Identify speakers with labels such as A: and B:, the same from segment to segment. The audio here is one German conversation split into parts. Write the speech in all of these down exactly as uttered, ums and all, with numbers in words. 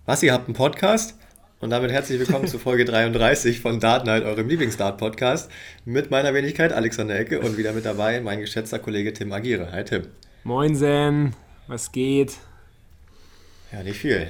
A: Was, ihr habt einen Podcast? Und damit herzlich willkommen zu Folge dreiunddreißig von Dart Night, eurem Lieblings-Dart-Podcast. Mit meiner Wenigkeit Alexander Ecke und wieder mit dabei mein geschätzter Kollege Tim Agire. Hi Tim.
B: Moinsen, was geht?
A: Ja, nicht viel.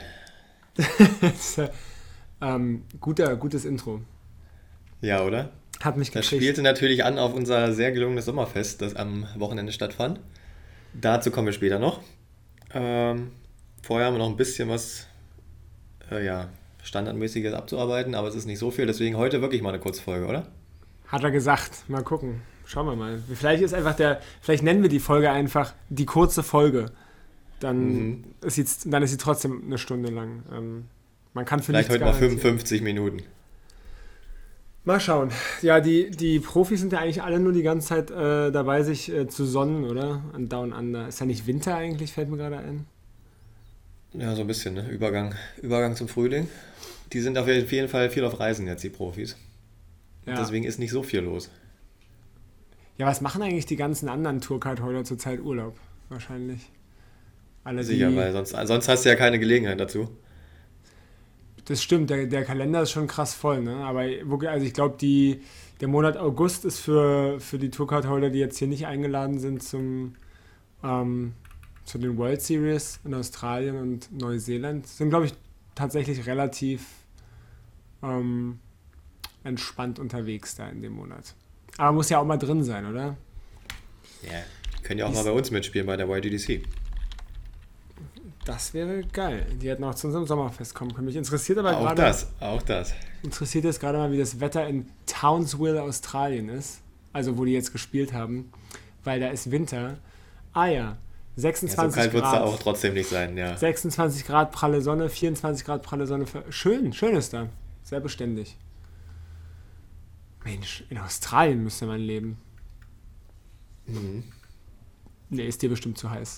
B: ähm, guter, gutes Intro.
A: Ja, oder?
B: Hat mich
A: Das
B: gekriegt.
A: spielte natürlich an auf unser sehr gelungenes Sommerfest, das am Wochenende stattfand. Dazu kommen wir später noch. Ähm, vorher haben wir noch ein bisschen was äh, ja, Standardmäßiges abzuarbeiten, aber es ist nicht so viel, deswegen heute wirklich mal eine Kurzfolge, oder?
B: Hat er gesagt. Mal gucken. Schauen wir mal. Vielleicht ist einfach der, vielleicht nennen wir die Folge einfach die kurze Folge. Dann,
A: Mhm.
B: ist, sie, dann ist sie trotzdem eine Stunde lang. Ähm, man kann für
A: Vielleicht
B: nichts
A: heute mal
B: garantieren.
A: fünfundfünfzig Minuten.
B: Mal schauen. Ja, die, die Profis sind ja eigentlich alle nur die ganze Zeit äh, dabei, sich äh, zu sonnen, oder? An Down Under. Ist ja nicht Winter eigentlich, fällt mir gerade ein.
A: Ja, so ein bisschen, ne? Übergang, Übergang zum Frühling. Die sind auf jeden Fall viel auf Reisen jetzt, die Profis. Und
B: Ja.
A: deswegen ist nicht so viel los.
B: Ja, was machen eigentlich die ganzen anderen Tourcard-Holder zurzeit Urlaub? Wahrscheinlich. Alle
A: Sicher,
B: die.
A: weil sonst, sonst hast du ja keine Gelegenheit dazu.
B: Das stimmt, der, der Kalender ist schon krass voll, ne? Aber wirklich, also ich glaube, die der Monat August ist für, für die Tourcard-Holder, die jetzt hier nicht eingeladen sind zum ähm, zu den World Series in Australien und Neuseeland, sind, glaube ich, tatsächlich relativ ähm, entspannt unterwegs da in dem Monat. Aber muss ja auch mal drin sein, oder?
A: Ja. Können ja auch
B: Die
A: mal
B: ist-
A: bei uns mitspielen bei der Y G D C.
B: Das wäre geil. Die hätten auch zu unserem Sommerfest kommen können. Mich interessiert aber
A: Auch
B: gerade,
A: das, auch das.
B: interessiert jetzt gerade mal, wie das Wetter in Townsville, Australien ist. Also wo die jetzt gespielt haben. Weil da ist Winter. Ah ja,
A: Ja, so
B: sechsundzwanzig
A: kalt wird es da
B: Grad.
A: auch trotzdem nicht sein, ja.
B: sechsundzwanzig Grad pralle Sonne, vierundzwanzig Grad pralle Sonne. Schön, schön ist da. Sehr beständig. Mensch, in Australien müsste man leben.
A: Mhm.
B: Nee, ist dir bestimmt zu heiß.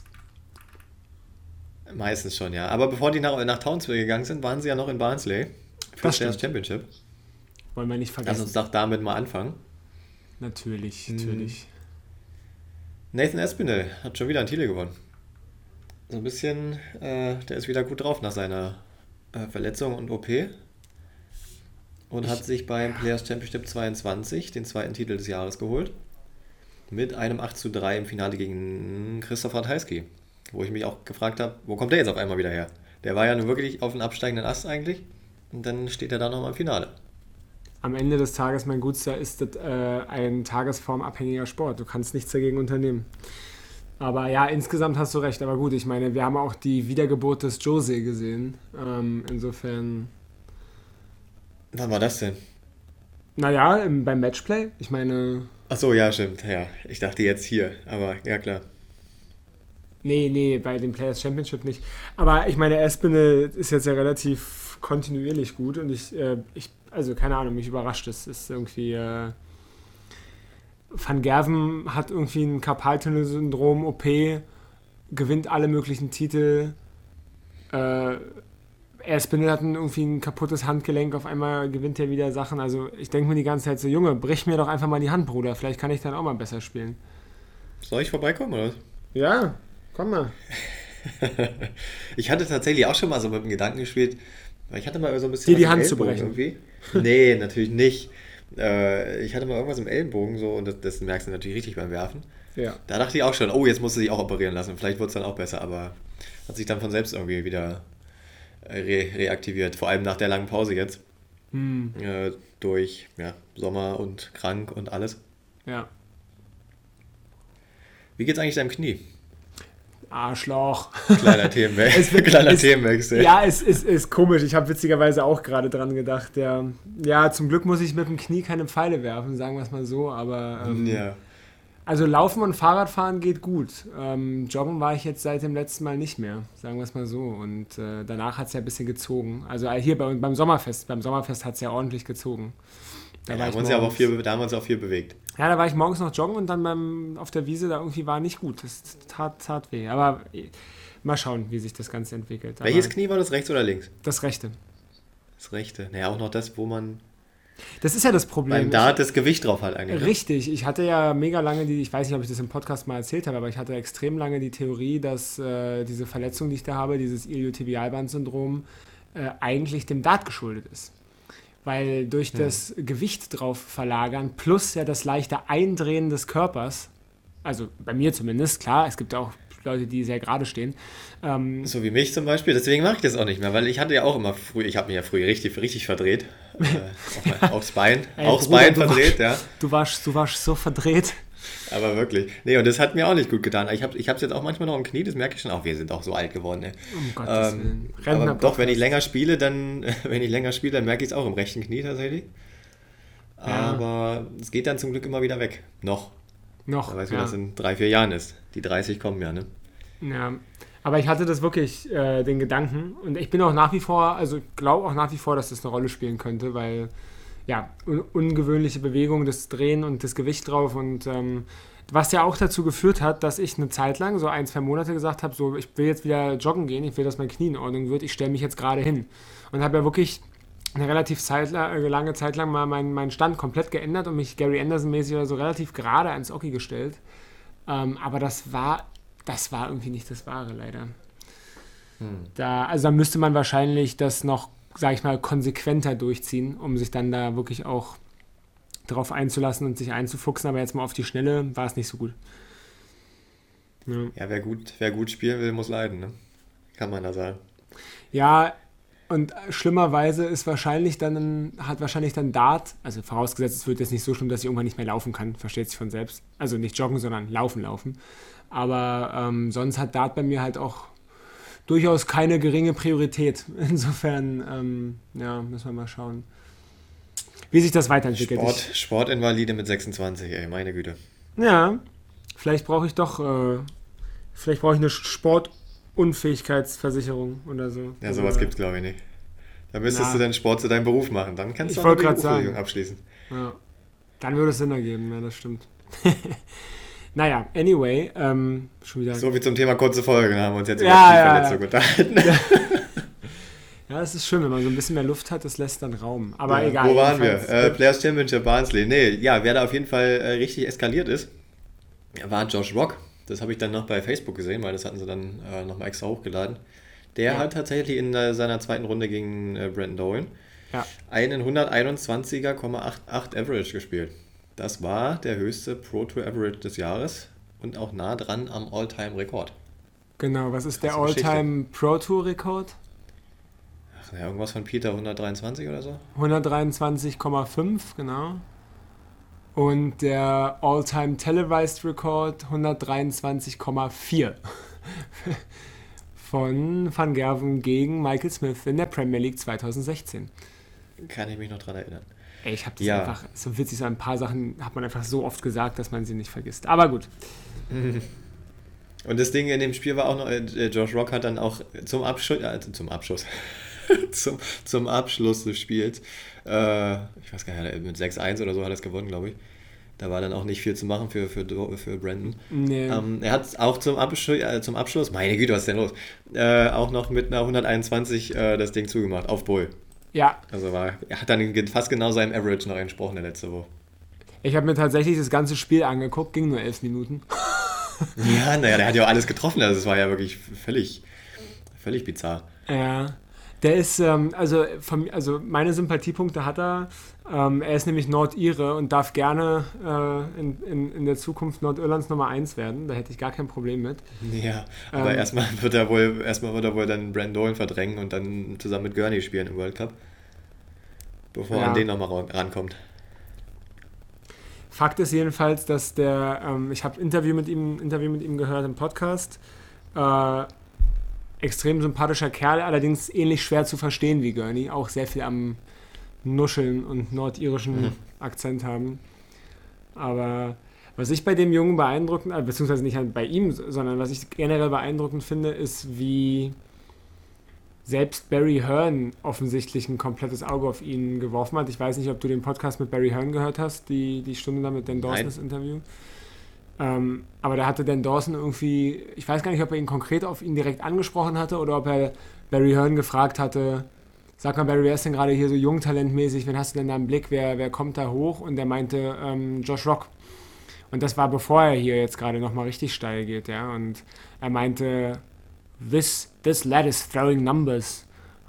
A: Meistens schon, ja. Aber bevor die nach, nach Townsville gegangen sind, waren sie ja noch in Barnsley für
B: Das
A: das
B: stimmt.
A: Championship.
B: Wollen wir nicht
A: Lass
B: vergessen.
A: uns doch damit mal anfangen.
B: Natürlich,
A: Mhm.
B: natürlich.
A: Nathan Aspinall hat schon wieder einen Titel gewonnen. So ein bisschen, äh, der ist wieder gut drauf nach seiner äh, Verletzung und O P. Und
B: Ich-
A: hat sich beim Players Championship zweiundzwanzig den zweiten Titel des Jahres geholt. Mit einem acht zu drei im Finale gegen Christoph Ratajski. Wo ich mich auch gefragt habe, wo kommt der jetzt auf einmal wieder her? Der war ja nun wirklich auf dem absteigenden Ast eigentlich. Und dann steht er da nochmal im Finale.
B: Am Ende des Tages, mein Gutster, ist das äh, ein tagesformabhängiger Sport. Du kannst nichts dagegen unternehmen. Aber ja, insgesamt hast du recht. Aber gut, ich meine, wir haben auch die Wiedergeburt des Jose gesehen. Ähm, insofern,
A: Wann war das denn?
B: naja, im, beim Matchplay, ich meine,
A: Ach so, ja, stimmt. Ja, ich dachte jetzt hier. Aber ja, klar.
B: nee, nee, bei dem Players Championship nicht. Aber ich meine, Espinel ist jetzt ja relativ kontinuierlich gut und ich, äh, ich also keine Ahnung, mich überrascht es. Ist irgendwie, äh, Van Gerven hat irgendwie ein Karpaltunnelsyndrom, O P, gewinnt alle möglichen Titel. Äh, Espinel hat ein, irgendwie ein kaputtes Handgelenk, auf einmal gewinnt er wieder Sachen. Also ich denke mir die ganze Zeit so, Junge, brich mir doch einfach mal die Hand, Bruder. Vielleicht kann ich dann auch mal besser spielen.
A: Soll ich vorbeikommen, oder?
B: Ja, komm mal.
A: Ich hatte tatsächlich auch schon mal so mit dem Gedanken gespielt, weil ich hatte mal so ein bisschen
B: Dir die
A: was im
B: Hand zu
A: Ellenbogen
B: brechen.
A: irgendwie. Nee, natürlich nicht. Äh, ich hatte mal irgendwas im Ellenbogen so und das, das merkst du natürlich richtig beim Werfen.
B: Ja.
A: Da dachte ich auch schon, oh, jetzt musst du dich auch operieren lassen. Vielleicht wird es dann auch besser, aber hat sich dann von selbst irgendwie wieder äh, re reaktiviert. Vor allem nach der langen Pause jetzt.
B: Hm,
A: Äh, durch ja, Sommer und krank und alles.
B: ja.
A: Wie geht's eigentlich deinem Knie?
B: Arschloch.
A: Kleiner Themenwechsel.
B: Es wird-
A: Kleiner
B: es-
A: Themenwechsel.
B: Ja, es ist, ist komisch. Ich habe witzigerweise auch gerade dran gedacht. Ja. ja, zum Glück muss ich mit dem Knie keine Pfeile werfen, sagen wir es mal so. Aber ähm,
A: Ja.
B: also Laufen und Fahrradfahren geht gut. Ähm, Joggen war ich jetzt seit dem letzten Mal nicht mehr, sagen wir es mal so. Und äh, danach hat es ja ein bisschen gezogen. Also äh, hier bei, beim Sommerfest. Beim Sommerfest hat es ja ordentlich gezogen. Da
A: Da
B: war
A: haben,
B: ich
A: wir uns ja aber auch
B: morgens-
A: viel, da haben wir uns auch viel bewegt.
B: Ja, da war ich morgens noch joggen und dann beim, auf der Wiese da irgendwie war nicht gut. Das tat, tat weh. Aber äh, mal schauen, wie sich das Ganze entwickelt. Aber
A: Welches Knie war das, rechts oder links?
B: das Rechte.
A: Das rechte. Naja, auch noch das, wo man
B: Das ist ja das Problem.
A: beim Dart das Gewicht drauf hat eigentlich. Ne?
B: Richtig, ich hatte ja mega lange die, ich weiß nicht, ob ich das im Podcast mal erzählt habe, aber ich hatte extrem lange die Theorie, dass äh, diese Verletzung, die ich da habe, dieses Iliotibialbandsyndrom, äh, eigentlich dem Dart geschuldet ist. Weil durch
A: Hm.
B: das Gewicht drauf verlagern plus ja das leichte Eindrehen des Körpers, also bei mir zumindest, klar, es gibt auch Leute, die sehr gerade stehen. Ähm,
A: So wie mich zum Beispiel, deswegen mache ich das auch nicht mehr, weil ich hatte ja auch immer früh, ich habe mich ja früher richtig, richtig verdreht. Äh, auch mal, aufs Bein,
B: Ey,
A: aufs
B: Bruder,
A: Bein
B: du
A: verdreht,
B: warst-
A: ja.
B: du, warst, du warst so verdreht.
A: Aber wirklich. Nee, und das hat mir auch nicht gut getan. Ich habe es jetzt auch manchmal noch im Knie, das merke ich schon auch. Wir sind auch so alt geworden, ne?
B: Um Gottes
A: Ähm,
B: Willen.
A: aber
B: Rentner-
A: doch, wenn ich länger spiele, dann, wenn ich länger spiele, dann merke ich es auch im rechten Knie tatsächlich. Aber es geht dann zum Glück immer wieder weg. Noch.
B: Noch,
A: Da weiß wie
B: ja.
A: das in drei, vier Jahren ist. Die dreißig kommen ja, ne?
B: Ja, aber ich hatte das wirklich, äh, den Gedanken. Und ich bin auch nach wie vor, also glaube auch nach wie vor, dass das eine Rolle spielen könnte, weil, ja, un ungewöhnliche Bewegung, das Drehen und das Gewicht drauf und ähm, was ja auch dazu geführt hat, dass ich eine Zeit lang, so ein, zwei Monate gesagt habe, so, ich will jetzt wieder joggen gehen, ich will, dass mein Knie in Ordnung wird, ich stelle mich jetzt gerade hin. Und habe ja wirklich eine relativ Zeit, äh, lange Zeit lang mal meinen mein Stand komplett geändert und mich Gary Anderson-mäßig oder so relativ gerade ans Oki gestellt. Ähm, aber das war, das war irgendwie nicht das Wahre, leider.
A: Hm.
B: Da, also da müsste man wahrscheinlich das noch, sag ich mal, konsequenter durchziehen, um sich dann da wirklich auch drauf einzulassen und sich einzufuchsen. Aber jetzt mal auf die Schnelle war es nicht so gut. Ja,
A: Ja, wer gut, wer gut spielen will, muss leiden, ne? Kann man da sagen.
B: ja und schlimmerweise ist wahrscheinlich dann, hat wahrscheinlich dann Dart, also vorausgesetzt, es wird jetzt nicht so schlimm, dass ich irgendwann nicht mehr laufen kann, versteht sich von selbst. Also nicht joggen, sondern laufen, laufen. Aber ähm, sonst hat Dart bei mir halt auch durchaus keine geringe Priorität. Insofern, ähm, ja, müssen wir mal schauen, wie sich das weiterentwickelt.
A: Sport, Sportinvalide mit sechsundzwanzig, ey, meine Güte.
B: Ich, ja, vielleicht brauche ich doch, äh, vielleicht brauche ich eine Sportunfähigkeitsversicherung oder so.
A: Ja, sowas
B: Oder-
A: gibt's glaube ich nicht. Da müsstest
B: Na.
A: du dann Sport zu deinem Beruf machen. Dann kannst
B: Ich
A: du auch
B: wollte
A: eine
B: grad sagen.
A: Berufsversicherung abschließen.
B: Ja. Dann würde es Sinn ergeben, ja, das stimmt. Naja, anyway, ähm, schon wieder.
A: So wie zum Thema kurze Folge, da haben wir uns jetzt
B: Ja,
A: über
B: ja,
A: Knieverletzung
B: ja.
A: unterhalten.
B: Ja, es ist schön, wenn man so ein bisschen mehr Luft hat, das lässt dann Raum. Aber
A: Ja,
B: egal.
A: Wo waren wir?
B: jedenfalls-
A: Äh, Players Championship Barnsley. Nee, ja, wer da auf jeden Fall äh, richtig eskaliert ist, war Josh Rock. Das habe ich dann noch bei Facebook gesehen, weil das hatten sie dann äh, nochmal extra hochgeladen. Der
B: Ja.
A: hat tatsächlich in äh, seiner zweiten Runde gegen äh, Brandon Dolan
B: Ja.
A: einen hunderteinundzwanziger Komma achtundachtzig Average gespielt. Das war der höchste Pro Tour Average des Jahres und auch nah dran am All-Time-Rekord.
B: Genau, was ist der
A: Krasse Geschichte.
B: All-Time Pro Tour Rekord?
A: Ach, ja, irgendwas von Peter hundertdreiundzwanzig oder so?
B: hundertdreiundzwanzig Komma fünf, genau. Und der All-Time Televised Record hundertdreiundzwanzig Komma vier von Van Gerven gegen Michael Smith in der Premier League zweitausendsechzehn.
A: Kann ich mich noch dran erinnern.
B: Ey, ich habe das
A: Ja.
B: einfach, so witzig, so ein paar Sachen hat man einfach so oft gesagt, dass man sie nicht vergisst. Aber gut.
A: Und das Ding in dem Spiel war auch noch, äh, Josh Rock hat dann auch zum Abschluss, äh, zum Abschluss, zum, zum Abschluss des Spiels, äh, ich weiß gar nicht, mit sechs eins oder so hat er es gewonnen, glaube ich. Da war dann auch nicht viel zu machen für, für, für Brandon.
B: Nee.
A: Ähm, er hat auch zum, Absch äh, zum Abschluss, meine Güte, was ist denn los? Äh, auch noch mit einer hunderteinundzwanzig äh, das Ding zugemacht, auf Bull.
B: Ja,
A: Also war, er hat dann ge- fast genau seinem Average noch entsprochen, der letzte Woche.
B: ich habe mir tatsächlich das ganze Spiel angeguckt, ging nur elf Minuten.
A: Ja, naja, der hat ja auch alles getroffen, also es war ja wirklich völlig, völlig bizarr.
B: Ja, der ist, ähm, also, von, also meine Sympathiepunkte hat er. Ähm, er ist nämlich Nordire und darf gerne äh, in, in, in der Zukunft Nordirlands Nummer eins werden. Da hätte ich gar kein Problem mit.
A: Ja, aber
B: Ähm.
A: erstmal wird er wohl, erstmal wird er wohl dann Brandon Dolan verdrängen und dann zusammen mit Gurney spielen im World Cup. Bevor er
B: Ja.
A: an den nochmal rankommt.
B: Fakt ist jedenfalls, dass der, ähm, ich habe Interview mit ihm, Interview mit ihm gehört im Podcast. Äh, extrem sympathischer Kerl, allerdings ähnlich schwer zu verstehen wie Gurney. Auch sehr viel am Nuscheln und nordirischen
A: Mhm.
B: Akzent haben. Aber was ich bei dem Jungen beeindruckend, äh, beziehungsweise nicht bei ihm, sondern was ich generell beeindruckend finde, ist, wie selbst Barry Hearn offensichtlich ein komplettes Auge auf ihn geworfen hat. Ich weiß nicht, ob du den Podcast mit Barry Hearn gehört hast, die, die Stunde da mit Dan Dawson, das Interview. Ähm, aber da hatte Dan Dawson irgendwie, ich weiß gar nicht, ob er ihn konkret auf ihn direkt angesprochen hatte oder ob er Barry Hearn gefragt hatte, sag mal Barry, wer ist denn gerade hier so jungtalentmäßig, wen hast du denn da im Blick, wer, wer kommt da hoch? Und er meinte, ähm, Josh Rock. Und das war bevor er hier jetzt gerade nochmal richtig steil geht, ja. Und er meinte, this, this lad is throwing numbers.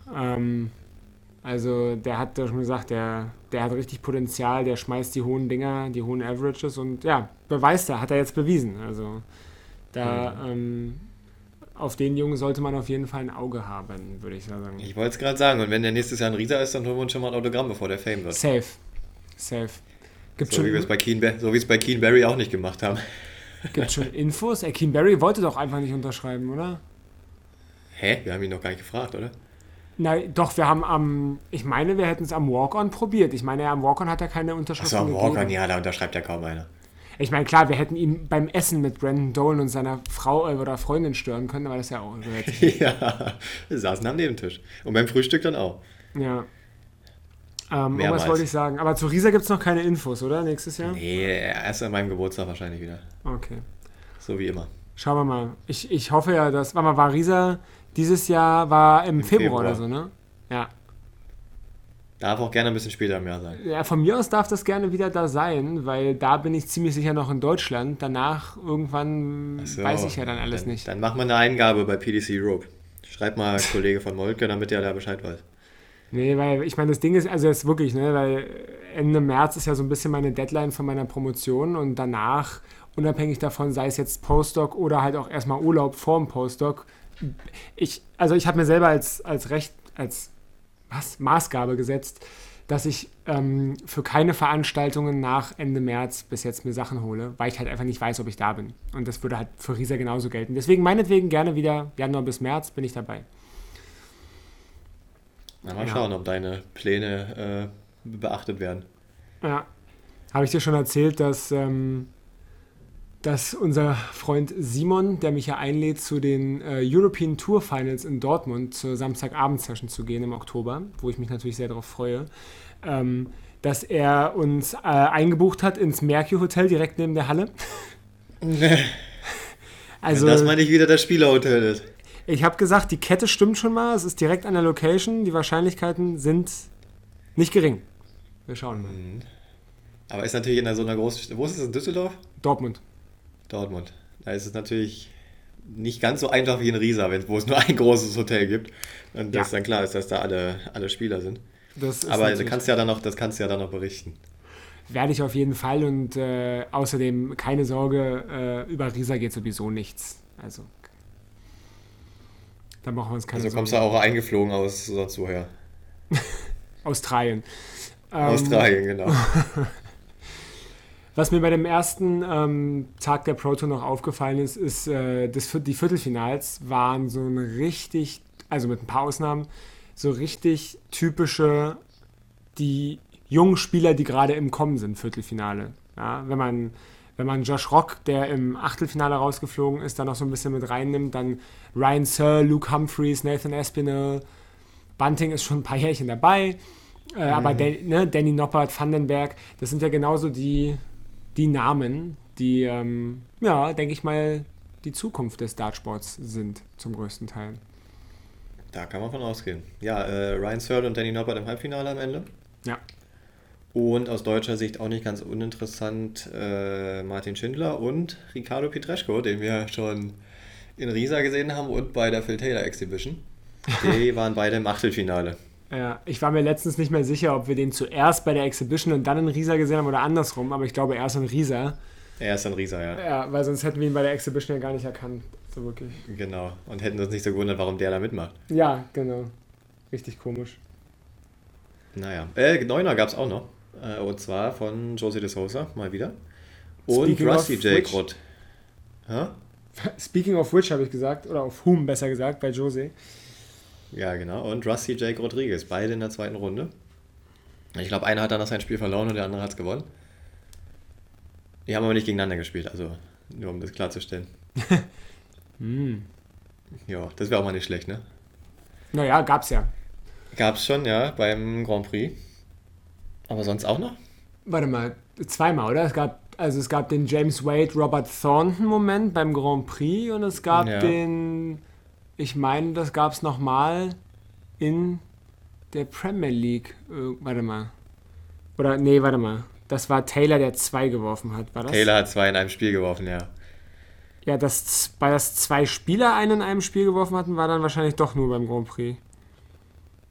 B: Ähm, also der hat ja schon gesagt, der, der hat richtig Potenzial, der schmeißt die hohen Dinger, die hohen Averages und ja, beweist er, hat er jetzt bewiesen. Also da
A: Mhm.
B: ähm, auf den Jungen sollte man auf jeden Fall ein Auge haben, würde ich sagen.
A: Ich wollte es gerade sagen, und wenn der nächstes Jahr ein Rieser ist, dann holen wir uns schon mal ein Autogramm, bevor der Fame wird.
B: Safe. Safe. Gibt
A: So wie wir es
B: schon,
A: bei Keen, Ba- so wie es bei Keen Barry auch nicht gemacht haben.
B: gibt schon Infos? Akeem Barry wollte doch einfach nicht unterschreiben, oder?
A: Hä? Wir haben ihn noch gar nicht gefragt, oder?
B: Nein, doch, wir haben am, ich meine, wir hätten es am Walk-On probiert. Ich meine, am Walk-On hat er keine
A: Achso,
B: Unterschriften
A: am
B: gegeben.
A: Walk-On, ja, da unterschreibt ja kaum einer.
B: Ich meine, klar, wir hätten ihn beim Essen mit Brandon Dolan und seiner Frau äh, oder Freundin stören können, aber das ist ja auch gehört sich nicht.
A: Ja, wir saßen am Nebentisch. Und beim Frühstück dann auch.
B: Ja. Ähm, und
A: Mehrmals.
B: was wollte ich sagen? Aber zu Riesa gibt es noch keine Infos, oder? Nächstes Jahr?
A: Nee, erst an meinem Geburtstag wahrscheinlich wieder.
B: Okay.
A: So wie immer.
B: Schauen wir mal. Ich, ich hoffe ja, dass. Warte mal, war Riesa dieses Jahr war im,
A: Im
B: Februar,
A: Februar.
B: oder so, ne? Ja.
A: Darf auch gerne ein bisschen später im Jahr sein.
B: Ja, von mir aus darf das gerne wieder da sein, weil da bin ich ziemlich sicher noch in Deutschland. Danach irgendwann
A: Ach so,
B: weiß ich ja dann alles
A: dann,
B: nicht.
A: Dann mach mal eine Eingabe bei P D C Europe. Schreib mal Kollege von Moltke, damit der da Bescheid weiß.
B: Nee, weil ich meine, das Ding ist, also jetzt wirklich, ne, weil Ende März ist ja so ein bisschen meine Deadline von meiner Promotion und danach, unabhängig davon, sei es jetzt Postdoc oder halt auch erstmal Urlaub vorm Postdoc, ich, also ich habe mir selber als, als Recht, als was, Maßgabe gesetzt, dass ich ähm, für keine Veranstaltungen nach Ende März bis jetzt mir Sachen hole, weil ich halt einfach nicht weiß, ob ich da bin. Und das würde halt für Riesa genauso gelten. Deswegen meinetwegen gerne wieder Januar bis März bin ich dabei.
A: Na, mal
B: Ja.
A: schauen, ob deine Pläne äh, beachtet werden.
B: Ja. Habe ich dir schon erzählt, dass, ähm, dass unser Freund Simon, der mich ja einlädt, zu den äh, European Tour Finals in Dortmund zur Samstagabend-Session zu gehen im Oktober, wo ich mich natürlich sehr darauf freue, ähm, dass er uns äh, eingebucht hat ins Mercure Hotel direkt neben der Halle. Also,
A: Wenn das mal nicht wieder das Spielerhotel ist.
B: ich habe gesagt, die Kette stimmt schon mal, es ist direkt an der Location, die Wahrscheinlichkeiten sind nicht gering. Wir schauen mal.
A: Aber ist natürlich in so einer großen Stadt. Wo ist es? In Düsseldorf?
B: Dortmund.
A: Dortmund. Da ist es natürlich nicht ganz so einfach wie in Riesa, wenn- wo es nur ein großes Hotel gibt. Und das
B: Ja.
A: dann klar ist, dass da alle, alle Spieler sind.
B: Das ist
A: Aber du
B: natürlich-
A: kannst ja dann noch, das kannst du ja dann noch berichten.
B: Werde ich auf jeden Fall und äh, außerdem keine Sorge, äh, über Riesa geht sowieso nichts. Also, da brauchen wir uns keine
A: Also kommst
B: Sorgen.
A: du auch eingeflogen aus sonst woher?
B: Australien. Ähm,
A: Australien, genau.
B: Was mir bei dem ersten ähm, Tag der Pro Tour noch aufgefallen ist, ist, äh, das, Viert- die Viertelfinals waren so ein richtig, also mit ein paar Ausnahmen, so richtig typische, die jungen Spieler, die gerade im Kommen sind, Viertelfinale. Ja, wenn man, wenn man Josh Rock, der im Achtelfinale rausgeflogen ist, da noch so ein bisschen mit reinnimmt, dann Ryan Searle, Luke Humphreys, Nathan Espinel, Bunting ist schon ein paar Jährchen dabei, äh, aber Dan, ne, Danny Noppert, Vandenberg, das sind ja genauso die, die Namen, die, ähm, ja, denke ich mal, die Zukunft des Dartsports sind, zum größten Teil.
A: Da kann man von ausgehen. Ja, äh, Ryan Searle und Danny Noppert im Halbfinale am Ende.
B: Ja.
A: Und aus deutscher Sicht auch nicht ganz uninteressant äh, Martin Schindler und Ricardo Pietreczko, den wir schon in Riesa gesehen haben und bei der Phil Taylor Exhibition. Die waren beide im Achtelfinale.
B: Ja, ich war mir letztens nicht mehr sicher, ob wir den zuerst bei der Exhibition und dann in Riesa gesehen haben oder andersrum, aber ich glaube erst in Riesa.
A: Er ist ein Riesa, ja.
B: Ja, weil sonst hätten wir ihn bei der Exhibition ja gar nicht erkannt. So wirklich.
A: Genau. Und hätten uns nicht so gewundert, warum der da mitmacht.
B: Ja, genau. Richtig komisch.
A: Naja. Äh, Neuner gab es auch noch. Äh, und zwar von Josie de Sousa, mal wieder. Und
B: Speaking
A: Rusty
B: of
A: J.
B: which-
A: Grott. Hä?
B: Speaking of which habe ich gesagt, oder auf whom besser gesagt, bei Jose.
A: Ja, genau. Und Rusty J. Rodriguez, beide in der zweiten Runde. Ich glaube, einer hat dann noch sein Spiel verloren und der andere hat es gewonnen. Die haben aber nicht gegeneinander gespielt, also nur um das klarzustellen.
B: Hm.
A: Ja, das wäre auch mal nicht schlecht, ne?
B: Naja, gab's ja.
A: Gab's schon, ja, beim Grand Prix. Aber sonst auch noch?
B: Warte mal, zweimal, oder? Es gab, also es gab den James Wade, Robert Thornton-Moment beim Grand Prix und es gab
A: Ja.
B: den, ich meine, das gab es nochmal in der Premier League. Äh, warte mal. Oder, nee, warte mal. Das war Taylor, der zwei geworfen hat, war das?
A: Taylor hat zwei in einem Spiel geworfen, ja.
B: Ja, das, weil das zwei Spieler einen in einem Spiel geworfen hatten, war dann wahrscheinlich doch nur beim Grand Prix.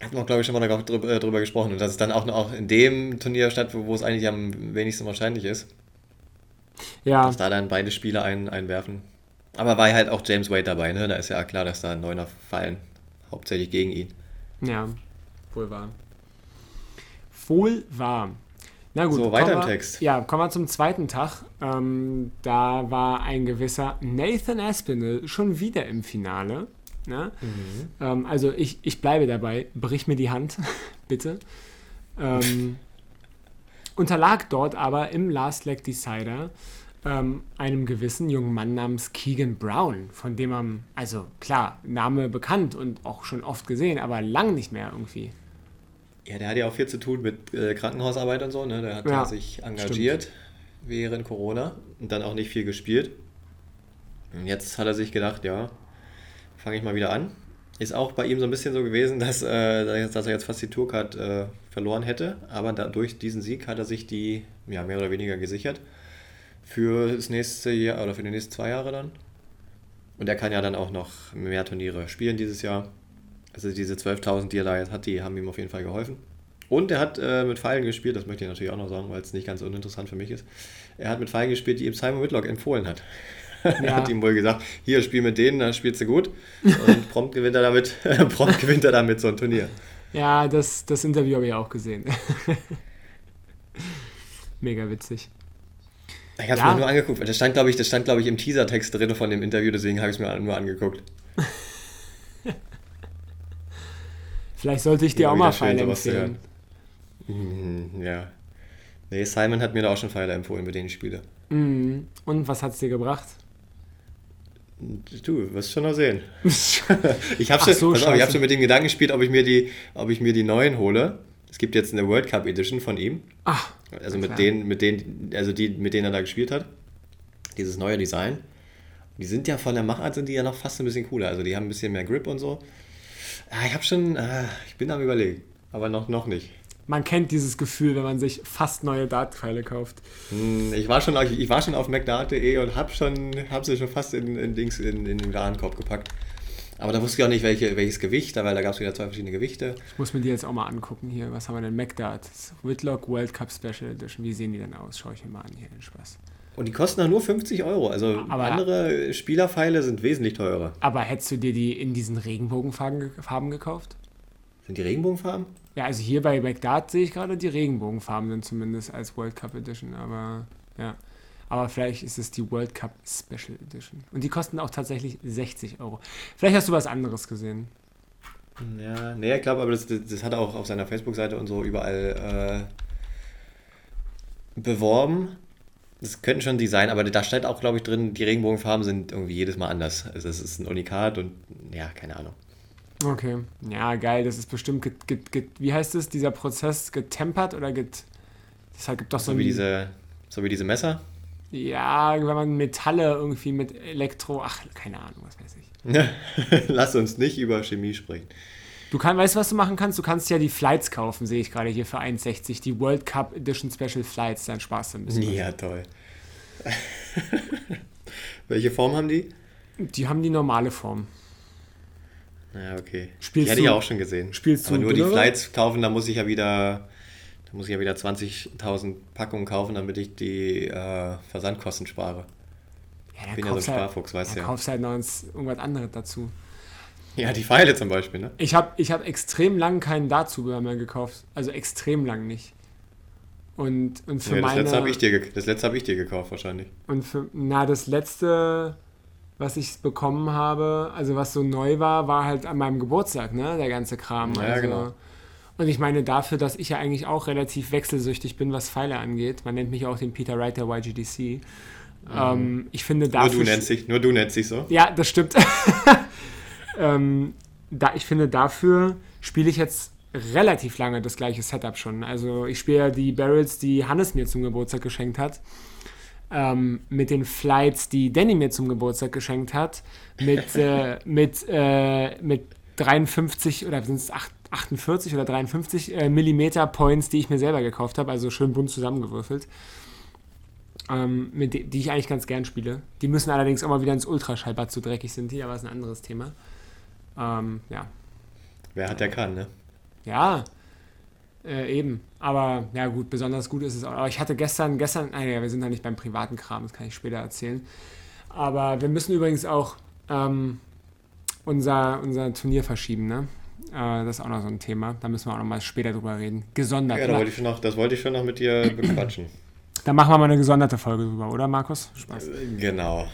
A: hatten wir, glaube ich, schon mal drüber, drüber gesprochen. Und dass es dann auch, auch in dem Turnier statt, wo, wo es eigentlich am wenigsten wahrscheinlich ist,
B: Ja,
A: dass da dann beide Spieler ein, einwerfen. Aber war halt auch James Wade dabei, ne? Da ist ja klar, dass da Neuner fallen. Hauptsächlich gegen ihn.
B: ja, wohl wahr. Wohl wahr. Na gut,
A: So, weiter
B: kommen
A: im
B: wir,
A: Text.
B: Ja, kommen wir zum zweiten Tag. Ähm, da war ein gewisser Nathan Aspinall schon wieder im Finale. Ne?
A: Mhm.
B: Ähm, also ich, ich bleibe dabei, brich mir die Hand, bitte. Ähm, unterlag dort aber im Last Leg Decider ähm, einem gewissen jungen Mann namens Keegan Brown, von dem man, also klar, Name bekannt und auch schon oft gesehen, aber lang nicht mehr irgendwie.
A: Ja, der hat ja auch viel zu tun mit äh, Krankenhausarbeit und so, ne? Der hat ja,
B: Ja,
A: sich engagiert
B: stimmt.
A: während Corona und dann auch nicht viel gespielt. Und jetzt hat er sich gedacht, ja, fange ich mal wieder an. Ist auch bei ihm so ein bisschen so gewesen, dass, äh, dass er jetzt fast die Tourcard äh, verloren hätte, aber da, durch diesen Sieg hat er sich die ja, mehr oder weniger gesichert für das nächste Jahr oder für die nächsten zwei Jahre dann. Und er kann ja dann auch noch mehr Turniere spielen dieses Jahr. Also diese zwölftausend, die er da jetzt hat, die haben ihm auf jeden Fall geholfen. Und er hat äh, mit Pfeilen gespielt, das möchte ich natürlich auch noch sagen, weil es nicht ganz uninteressant für mich ist. Er hat mit Pfeilen gespielt, die ihm Simon Whitlock empfohlen hat. Er hat
B: Ja,
A: ihm wohl gesagt, hier, spiel mit denen, dann spielst du gut. Und prompt gewinnt er damit, prompt gewinnt er damit so ein Turnier.
B: ja, das, das Interview habe ich auch gesehen. Mega witzig.
A: Ich habe es mir
B: Ja,
A: nur angeguckt, das stand, glaube ich, das stand, glaube ich, im Teasertext drin von dem Interview, deswegen habe ich es mir nur angeguckt.
B: vielleicht sollte ich dir
A: Immer
B: auch
A: wieder
B: mal
A: schön,
B: Pfeile
A: sowas zu
B: empfehlen.
A: hören. Mhm, ja. Nee, Simon hat mir da auch schon Pfeile empfohlen, mit denen ich spiele.
B: Mhm. Und was hat es dir gebracht?
A: Du, wirst schon noch sehen. Ich habe
B: Ach
A: schon,
B: so,
A: pass auf, ich hab
B: scheiße.
A: schon mit dem Gedanken gespielt, ob ich mir die, ob ich mir die neuen hole. Es gibt jetzt eine World Cup Edition von ihm.
B: Ach,
A: Also
B: na
A: mit
B: klar.
A: denen, mit denen, also die, mit denen er da gespielt hat. Dieses neue Design. Die sind ja von der Machart sind die ja noch fast ein bisschen cooler. Also die haben ein bisschen mehr Grip und so. Ah, ich habe schon, ah, ich bin am Überlegen. Aber noch, noch nicht.
B: Man kennt dieses Gefühl, wenn man sich fast neue Dartpfeile kauft.
A: Hm, Ich war schon, auf- ich war schon auf macdart punkt de und habe schon, hab sie schon fast in, in, Dings, in, in den Warenkorb gepackt. Aber da wusste ich auch nicht, welche, welches Gewicht, weil da gab es wieder zwei verschiedene Gewichte.
B: Ich muss mir die jetzt auch mal angucken hier. Was haben wir denn? MacDart. Whitlock World Cup Special Edition. Wie sehen die denn aus? Schau ich mir mal an hier. Den Spaß.
A: Und die kosten auch nur fünfzig Euro. Also
B: Aber,
A: andere Spielerpfeile sind wesentlich teurer.
B: aber hättest du dir die in diesen Regenbogenfarben ge- Farben gekauft?
A: Sind die Regenbogenfarben?
B: Ja, also hier bei MacDart sehe ich gerade die Regenbogenfarben sind zumindest als World Cup Edition. Aber ja. Aber vielleicht ist es die World Cup Special Edition. Und die kosten auch tatsächlich sechzig Euro. Vielleicht hast du was anderes gesehen.
A: Ja, nee, ich glaube, aber das, das, das hat er auch auf seiner Facebook-Seite und so überall äh, beworben. Das könnten schon die sein, aber da steht auch, glaube ich, drin, die Regenbogenfarben sind irgendwie jedes Mal anders. Also es ist ein Unikat und ja, keine Ahnung.
B: Okay. Ja, geil. Das ist bestimmt, get, get, get, wie heißt es, dieser Prozess getempert oder get. Das halt gibt doch so
A: So wie
B: ein.
A: diese, so wie diese Messer.
B: Ja, wenn man Metalle irgendwie mit Elektro. Ach, keine Ahnung, was weiß ich.
A: Lass uns nicht über Chemie sprechen.
B: Du kannst, weißt du, was du machen kannst? Du kannst ja die Flights kaufen, sehe ich gerade hier für eins sechzig. Die World Cup Edition Special Flights. Dann sparst du ein bisschen.
A: Ja, toll. Welche Form haben die?
B: Die haben die normale Form.
A: Ja, okay.
B: Spielst
A: die hatte
B: du-
A: ich auch schon gesehen.
B: spielst
A: Aber
B: du
A: nur die
B: Dünere?
A: Flights kaufen, da muss ich ja wieder, da muss ich ja wieder zwanzigtausend Packungen kaufen, damit ich die äh, Versandkosten spare.
B: Ja, da
A: Ich bin ja so ein
B: kaufst halt,
A: Sparfuchs, weißt
B: da
A: du ja.
B: kaufst halt noch ins- irgendwas anderes dazu.
A: Ja, die Pfeile zum Beispiel, ne?
B: Ich habe ich hab extrem lang keinen Dartzubehör mehr gekauft. Also extrem lang nicht. Und, und für
A: Ja, das
B: meine.
A: letzte habe ich dir, ge- das letzte habe ich dir gekauft wahrscheinlich.
B: Und für, na, das letzte, was ich bekommen habe, also was so neu war, war halt an meinem Geburtstag, ne? Der ganze Kram.
A: Ja,
B: also,
A: genau.
B: Und ich meine, dafür, dass ich ja eigentlich auch relativ wechselsüchtig bin, was Pfeile angeht, man nennt mich auch den Peter Wright der Y G D C. Ähm, ich finde
A: Nur
B: dafür.
A: du nennst dich, nur du nennst dich so.
B: Ja, das stimmt. ähm, da, ich finde, dafür spiele ich jetzt relativ lange das gleiche Setup schon. Also ich spiele ja die Barrels, die Hannes mir zum Geburtstag geschenkt hat. Ähm, mit den Flights, die Danny mir zum Geburtstag geschenkt hat. Mit, äh, mit, äh, mit dreiundfünfzig oder sind es achtundvierzig oder dreiundfünfzig äh, Millimeter Points, die ich mir selber gekauft habe. Also schön bunt zusammengewürfelt. Ähm, mit de- die ich eigentlich ganz gern spiele. Die müssen allerdings auch mal wieder ins Ultraschallbad, so dreckig sind die, aber ist ein anderes Thema. Ähm, ja.
A: Wer hat, der kann, ne?
B: Ja, äh, eben. Aber ja gut, besonders gut ist es auch. Aber ich hatte gestern, gestern, nein, ja, wir sind ja nicht beim privaten Kram, das kann ich später erzählen. Aber wir müssen übrigens auch ähm, unser, unser Turnier verschieben, ne? Äh, das ist auch noch so ein Thema. Da müssen wir auch noch mal später drüber reden. Gesondert.
A: Ja, da wollte ich schon noch, das wollte ich schon noch mit dir bequatschen.
B: Da machen wir mal eine gesonderte Folge drüber, oder Markus? Spaß.
A: Genau.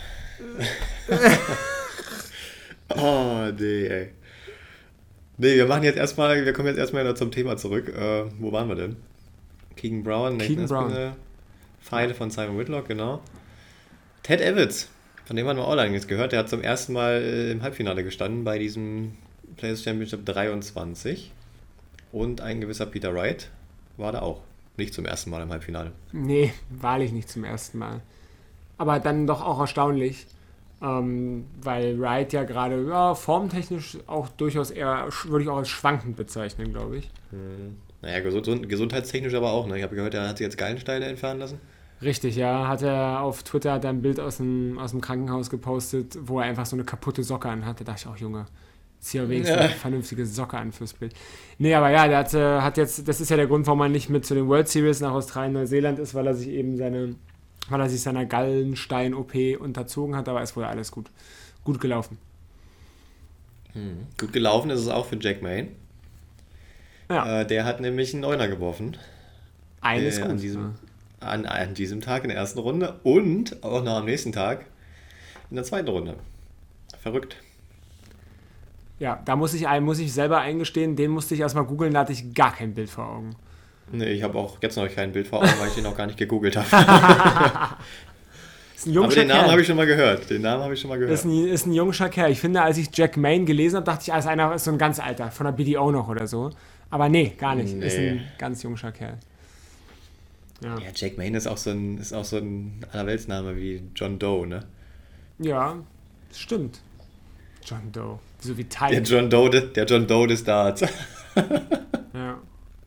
A: Oh, nee, ey. Nee, wir machen jetzt erstmal, wir kommen jetzt erstmal zum Thema zurück. Äh, wo waren wir denn? Keegan Brown, Nathan Espinel, Pfeile von Simon Whitlock, genau. Ted Evans, von dem haben wir auch lange nichts gehört. Der hat zum ersten Mal im Halbfinale gestanden bei diesem Players Championship dreiundzwanzig. Und ein gewisser Peter Wright war da auch. Nicht zum ersten Mal im Halbfinale.
B: Nee, wahrlich nicht zum ersten Mal. Aber dann doch auch erstaunlich, ähm, weil Wright ja gerade ja, formtechnisch auch durchaus eher, würde ich auch als schwankend bezeichnen, glaube ich.
A: Hm. Naja, gesund, gesundheitstechnisch aber auch. Ne? Ich habe gehört, er hat sich jetzt Gallensteine entfernen lassen.
B: Richtig, ja. Hat er auf Twitter hat er ein Bild aus dem, aus dem Krankenhaus gepostet, wo er einfach so eine kaputte Socke anhat. Da dachte ich auch, Junge, zieh aber wenigstens
A: Ja.
B: eine vernünftige Socke an fürs Bild. Nee, aber ja, der hat, äh, hat jetzt, das ist ja der Grund, warum er nicht mit zu den World Series nach Australien, Neuseeland ist, weil er sich eben seine, weil er sich seiner Gallenstein-O P unterzogen hat, aber ist wohl alles gut, gut gelaufen.
A: Hm. Gut gelaufen ist es auch für Jack Mayne.
B: Ja,
A: Äh, der hat nämlich einen Neuner geworfen.
B: eines
A: äh,
B: gut.
A: an diesem,
B: ja.
A: an, an diesem Tag in der ersten Runde und auch noch am nächsten Tag in der zweiten Runde. Verrückt.
B: Ja, da muss ich, ein- muss ich selber eingestehen, den musste ich erstmal googeln, da hatte ich gar kein Bild vor Augen.
A: Nee, ich habe auch jetzt noch kein Bild vor Augen, weil ich den noch gar nicht gegoogelt habe.
B: Ist ein
A: Aber
B: jungscher
A: den Namen
B: Kerl.
A: habe ich schon mal gehört. Den Namen habe ich schon mal
B: Ist
A: gehört.
B: ein, ist ein jungscher Kerl. Ich finde, als ich Jack Mayne gelesen habe, dachte ich, ah, ist einer ist so ein ganz alter, von der B D O noch oder so. Aber nee, gar nicht.
A: Nee.
B: Ist ein ganz jungscher Kerl. Ja,
A: Ja, Jack Mayne ist auch so ein, ist auch so ein Allerweltsname wie John Doe, ne?
B: ja das stimmt. John Doe. So wie
A: Der
B: Ty.
A: John Doe, de- der John Doe des Darts.
B: Ja.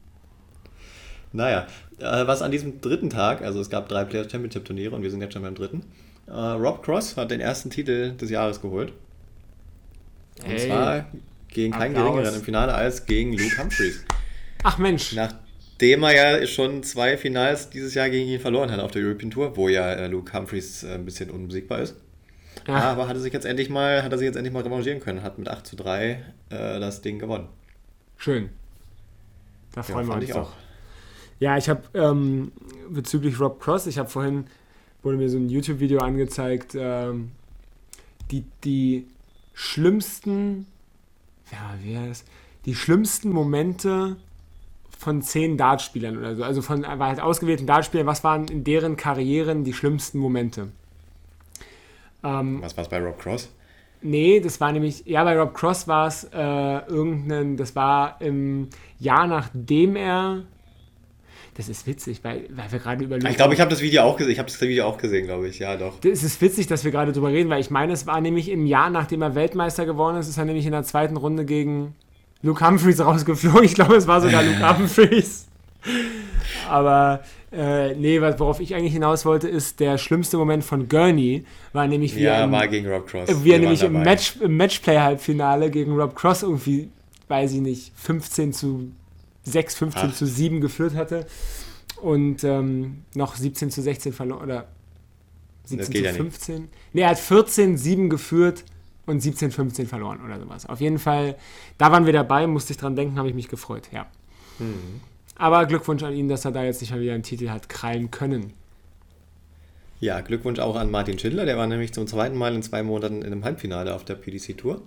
A: Naja, äh, was an diesem dritten Tag, also es gab drei Players Championship Turniere und wir sind jetzt schon beim dritten. Äh, Rob Cross hat den ersten Titel des Jahres geholt. Und
B: Hey.
A: zwar gegen keinen
B: Applaus.
A: geringeren im Finale als gegen Luke Humphreys.
B: Ach Mensch.
A: Nachdem er ja schon zwei Finals dieses Jahr gegen ihn verloren hat auf der European Tour, wo ja äh, Luke Humphreys äh, ein bisschen unbesiegbar ist.
B: Ja,
A: Aber hat er sich jetzt endlich mal, hat er sich jetzt endlich mal revanchieren können, hat mit acht zu drei äh, das Ding gewonnen.
B: schön. Da
A: Ja,
B: freuen wir
A: fand
B: uns
A: ich
B: doch.
A: auch.
B: Ja, ich habe ähm, bezüglich Rob Cross, ich habe vorhin, wurde mir so ein YouTube-Video angezeigt, ähm, die, die schlimmsten, ja, wie heißt das? Die schlimmsten Momente von zehn Dartspielern oder so, also von war halt ausgewählten Dartspielern, was waren in deren Karrieren die schlimmsten Momente? Ähm,
A: Was war es bei Rob Cross?
B: Nee, das war nämlich, ja, bei Rob Cross war es äh, irgendein, das war im Jahr nachdem er, das ist witzig, weil, weil wir gerade über
A: Ich glaube, ich habe das Video auch gesehen. Ich habe das Video auch gesehen, glaube ich. Ja, doch.
B: Es ist witzig, dass wir gerade drüber reden, weil ich meine, es war nämlich im Jahr, nachdem er Weltmeister geworden ist, ist er nämlich in der zweiten Runde gegen Luke Humphreys rausgeflogen. Ich glaube, es war sogar Luke Humphreys. Aber äh, nee, was- worauf ich eigentlich hinaus wollte, ist, der schlimmste Moment von Gurney war nämlich, wie er
A: Ja,
B: im,
A: war gegen Rob Cross.
B: wie er
A: Wir
B: nämlich
A: waren
B: im,
A: dabei.
B: Match, im Matchplay-Halbfinale gegen Rob Cross irgendwie, weiß ich nicht, fünfzehn zu sechs, fünfzehn
A: Ach.
B: zu sieben geführt hatte und ähm, noch siebzehn zu sechzehn verloren, oder siebzehn
A: geht
B: zu
A: ja nicht.
B: fünfzehn. Nee, er hat vierzehn sieben geführt und siebzehn fünfzehn verloren oder sowas. Auf jeden Fall, da waren wir dabei, musste ich dran denken, habe ich mich gefreut, ja.
A: Hm.
B: Aber Glückwunsch an ihn, dass er da jetzt nicht mal wieder einen Titel hat krallen können.
A: Ja, Glückwunsch auch an Martin Schindler. Der war nämlich zum zweiten Mal in zwei Monaten in einem Halbfinale auf der P D C Tour.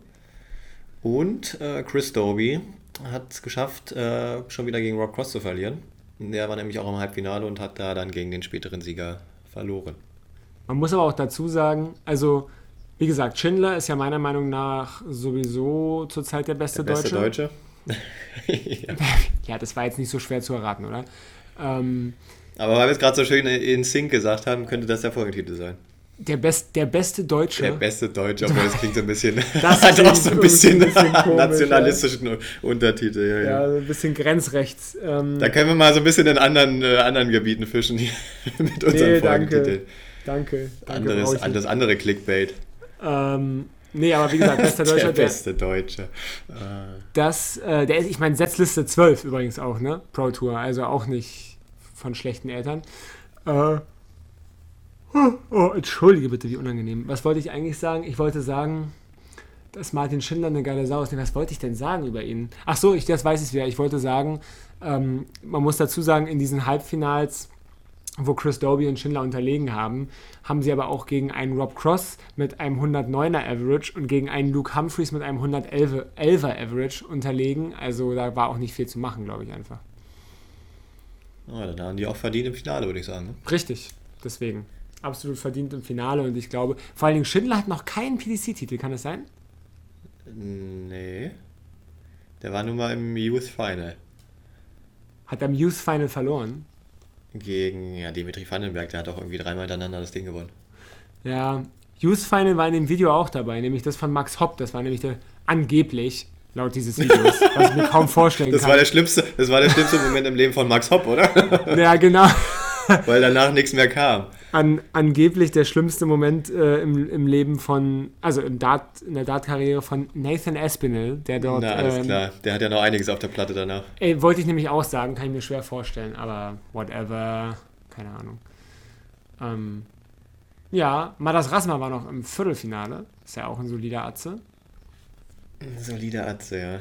A: Und äh, Chris Dobey hat es geschafft, äh, schon wieder gegen Rob Cross zu verlieren. Der war nämlich auch im Halbfinale und hat da dann gegen den späteren Sieger verloren.
B: Man muss aber auch dazu sagen, also, wie gesagt, Schindler ist ja meiner Meinung nach sowieso zurzeit der beste,
A: Der beste
B: Deutsche.
A: Deutsche. Ja.
B: Ja, das war jetzt nicht so schwer zu erraten, oder? Ähm,
A: Aber weil wir es gerade so schön in Sync gesagt haben, könnte das der Folgentitel sein.
B: der, Best, der beste Deutsche.
A: Der beste Deutsche, obwohl das klingt so ein bisschen,
B: Das
A: hat
B: klingt
A: auch so ein bisschen,
B: irgendwie ein bisschen komisch,
A: nationalistischen Untertitel. Ja, ja.
B: Ja, so ein bisschen grenzrechts. Ähm,
A: Da können wir mal so ein bisschen in anderen, äh, anderen Gebieten fischen hier mit unseren
B: Nee,
A: Folgentiteln.
B: danke. danke. danke brauch
A: Anderes,
B: ich nicht.
A: das andere Clickbait.
B: Ähm, Nee, aber wie gesagt, bester Deutscher.
A: Der beste Deutsche. Äh.
B: Das, äh, der ist, ich meine, Setzliste zwölf übrigens auch, ne? Pro Tour, also auch nicht von schlechten Eltern. Äh, oh, entschuldige bitte, wie unangenehm. Was wollte ich eigentlich sagen? Ich wollte sagen, dass Martin Schindler eine geile Sau ist. Nee, was wollte ich denn sagen über ihn? Ach so, ich, das weiß ich wieder. Ich wollte sagen, ähm, man muss dazu sagen, in diesen Halbfinals, wo Chris Dobie und Schindler unterlegen haben, haben sie aber auch gegen einen Rob Cross mit einem hundertneuner Average und gegen einen Luke Humphreys mit einem hundertelfer Average unterlegen. Also da war auch nicht viel zu machen, glaube ich einfach.
A: Oh, dann haben die auch verdient im Finale, würde ich sagen. Ne?
B: Richtig, deswegen. Absolut verdient im Finale und ich glaube, vor allen Dingen Schindler hat noch keinen P D C-Titel, kann das sein?
A: Nee. Der war nun mal im Youth Final.
B: Hat er im Youth Final verloren?
A: Gegen ja, Dimitri Vandenberg, der hat auch irgendwie dreimal hintereinander das Ding gewonnen.
B: Ja, Youth Final war in dem Video auch dabei, nämlich das von Max Hopp, das war nämlich der, angeblich, laut dieses Videos, was ich mir kaum vorstellen
A: das
B: kann.
A: War der schlimmste, das war der schlimmste Moment im Leben von Max Hopp, oder?
B: Ja, genau.
A: Weil danach nichts mehr kam.
B: An, angeblich der schlimmste Moment äh, im, im Leben von, also im Dart, in der Dart-Karriere von Nathan Aspinall, der dort...
A: Na, alles
B: ähm,
A: klar. Der hat ja noch einiges auf der Platte danach.
B: Ey, wollte ich nämlich auch sagen, kann ich mir schwer vorstellen, aber whatever, keine Ahnung. Ähm, ja, Madas Rasma war noch im Viertelfinale, ist ja auch ein solider Atze.
A: Ein solider Atze, ja.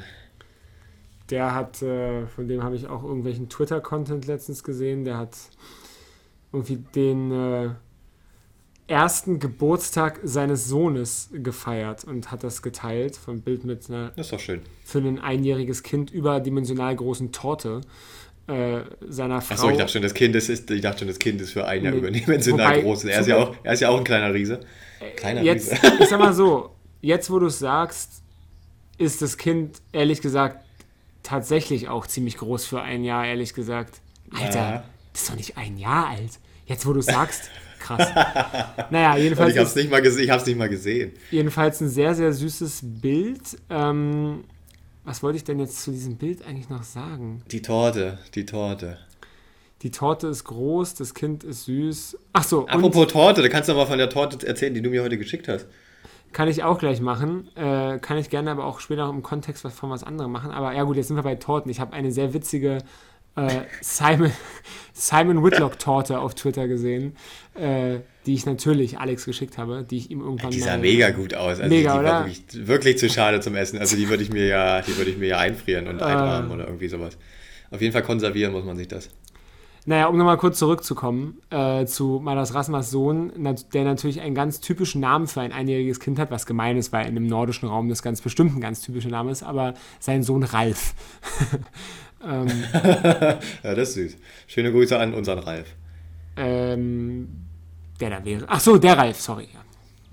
B: Der hat, äh, von dem habe ich auch irgendwelchen Twitter-Content letztens gesehen, der hat irgendwie den äh, ersten Geburtstag seines Sohnes gefeiert und hat das geteilt, vom Bild mit einer
A: das ist doch schön.
B: für ein einjähriges Kind überdimensional großen Torte äh, seiner Frau.
A: Achso, ich dachte schon, das Kind ist, ist, ich dachte schon, das Kind ist für ein Jahr
B: Nee,
A: überdimensional
B: wobei,
A: groß. Er ist, ja auch, er ist ja auch ein kleiner Riese. Kleiner
B: jetzt,
A: Riese.
B: ich sag mal so, jetzt wo du es sagst, ist das Kind, ehrlich gesagt, tatsächlich auch ziemlich groß für ein Jahr, ehrlich gesagt. Alter,
A: Ja.
B: das ist doch nicht ein Jahr alt. Jetzt, wo du es sagst, krass. Naja, jedenfalls,
A: ich habe es
B: ist,
A: nicht, mal gese- ich hab's nicht mal gesehen.
B: jedenfalls ein sehr, sehr süßes Bild. Ähm, was wollte ich denn jetzt zu diesem Bild eigentlich noch sagen?
A: Die Torte, die Torte.
B: Die Torte ist groß, das Kind ist süß. Ach so, und
A: Apropos Torte, da kannst du mal von der Torte erzählen, die du mir heute geschickt hast.
B: kann ich auch gleich machen. Äh, kann ich gerne aber auch später im Kontext was von was anderem machen. Aber ja gut, jetzt sind wir bei Torten. Ich habe eine sehr witzige äh, Simon, Simon Whitlock-Torte auf Twitter gesehen, äh, die ich natürlich Alex geschickt habe, die ich ihm irgendwann
A: Die sah
B: mal-
A: mega gut aus. Also
B: Mega,
A: die
B: oder?
A: war wirklich, wirklich zu schade zum Essen. Also die würde ich mir ja, die würde ich mir ja einfrieren und einrahmen oder irgendwie sowas. Auf jeden Fall konservieren muss man sich das.
B: Naja, um nochmal kurz zurückzukommen äh, zu Madas Rasmas Sohn, nat- der natürlich einen ganz typischen Namen für ein einjähriges Kind hat, was gemein ist, weil in dem nordischen Raum das ganz bestimmt ein ganz typischer Name ist, aber sein Sohn Ralf. ähm,
A: Ja, das ist süß. Schöne Grüße an unseren Ralf.
B: ähm, der da wäre. Ach so, der Ralf, sorry. Ja.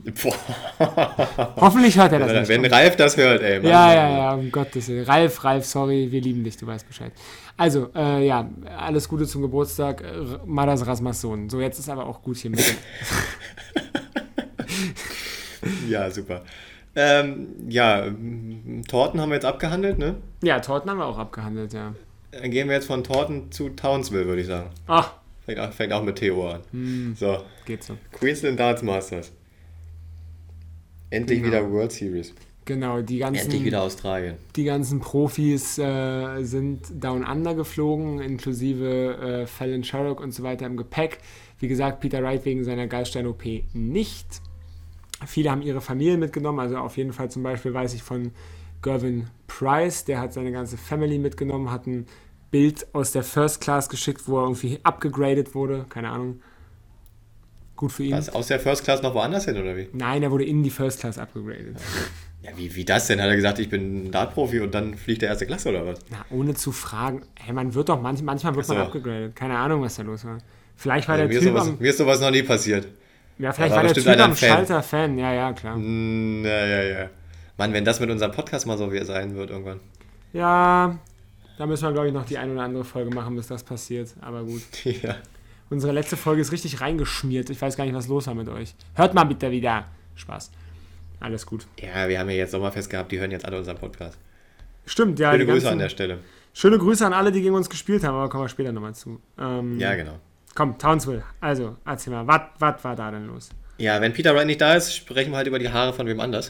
A: Boah.
B: Hoffentlich hört er das
A: Wenn,
B: nicht.
A: wenn Ralf das hört, ey. Mann,
B: Ja,
A: Mann,
B: ja,
A: Mann.
B: ja, um Gottes Willen. Ralf, Ralf, sorry, wir lieben dich, du weißt Bescheid. Also, äh, ja, alles Gute zum Geburtstag, äh, Madas Rasmas Sohn. So, jetzt ist aber auch gut hier mit.
A: Ja, super. Ähm, ja, m- Torten haben wir jetzt abgehandelt, ne?
B: Ja, Torten haben wir auch abgehandelt, ja.
A: Dann gehen wir jetzt von Torten zu Townsville, würde ich sagen.
B: Ach,
A: Fängt auch, fängt auch mit Theo an.
B: hm,
A: So,
B: geht so.
A: Queensland Darts Masters. Endlich
B: Genau.
A: wieder World Series.
B: Genau, die ganzen,
A: Endlich wieder Australien.
B: die ganzen Profis äh, sind Down Under geflogen, inklusive äh, Fallon Sherrock und so weiter im Gepäck. Wie gesagt, Peter Wright wegen seiner Gallstein-O P nicht. Viele haben ihre Familien mitgenommen, also auf jeden Fall zum Beispiel weiß ich von Gervin Price, der hat seine ganze Family mitgenommen, hat ein Bild aus der First Class geschickt, wo er irgendwie abgegradet wurde, keine Ahnung. Gut für ihn.
A: Was, aus der First Class noch woanders hin, oder wie?
B: Nein, er wurde in die First Class abgegradet.
A: Ja, wie, wie das denn? Hat er gesagt, ich bin ein Dart-Profi und dann fliegt der erste Klasse, oder was?
B: Na, ohne zu fragen. Hey, man wird doch, manch, manchmal wird
A: Ach so.
B: man abgegradet. Keine Ahnung, was da los war. Vielleicht war
A: Also
B: der
A: mir, ist
B: Typ
A: sowas,
B: am,
A: mir ist sowas noch nie passiert.
B: ja, vielleicht
A: da war
B: war der
A: bestimmt
B: Typ
A: einer
B: am
A: ein Fan.
B: Schalter Fan. Ja, ja, klar.
A: Hm, ja, ja, ja. Mann, wenn das mit unserem Podcast mal so sein wird irgendwann.
B: Ja, da müssen wir, glaube ich, noch die eine oder andere Folge machen, bis das passiert. Aber gut.
A: Ja.
B: Unsere letzte Folge ist richtig reingeschmiert. Ich weiß gar nicht, was los war mit euch. Hört mal bitte wieder. Spaß. Alles gut.
A: Ja, wir haben ja jetzt Sommerfest gehabt, die hören jetzt alle unseren Podcast.
B: Stimmt, ja.
A: Schöne
B: die
A: Grüße
B: ganzen-
A: an der Stelle.
B: Schöne Grüße an alle, die gegen uns gespielt haben, aber kommen wir später nochmal zu. Ähm,
A: Ja, genau.
B: Komm, Townsville. Also, erzähl mal, was war da denn los?
A: Ja, wenn Peter Wright nicht da ist, sprechen wir halt über die Haare von wem anders.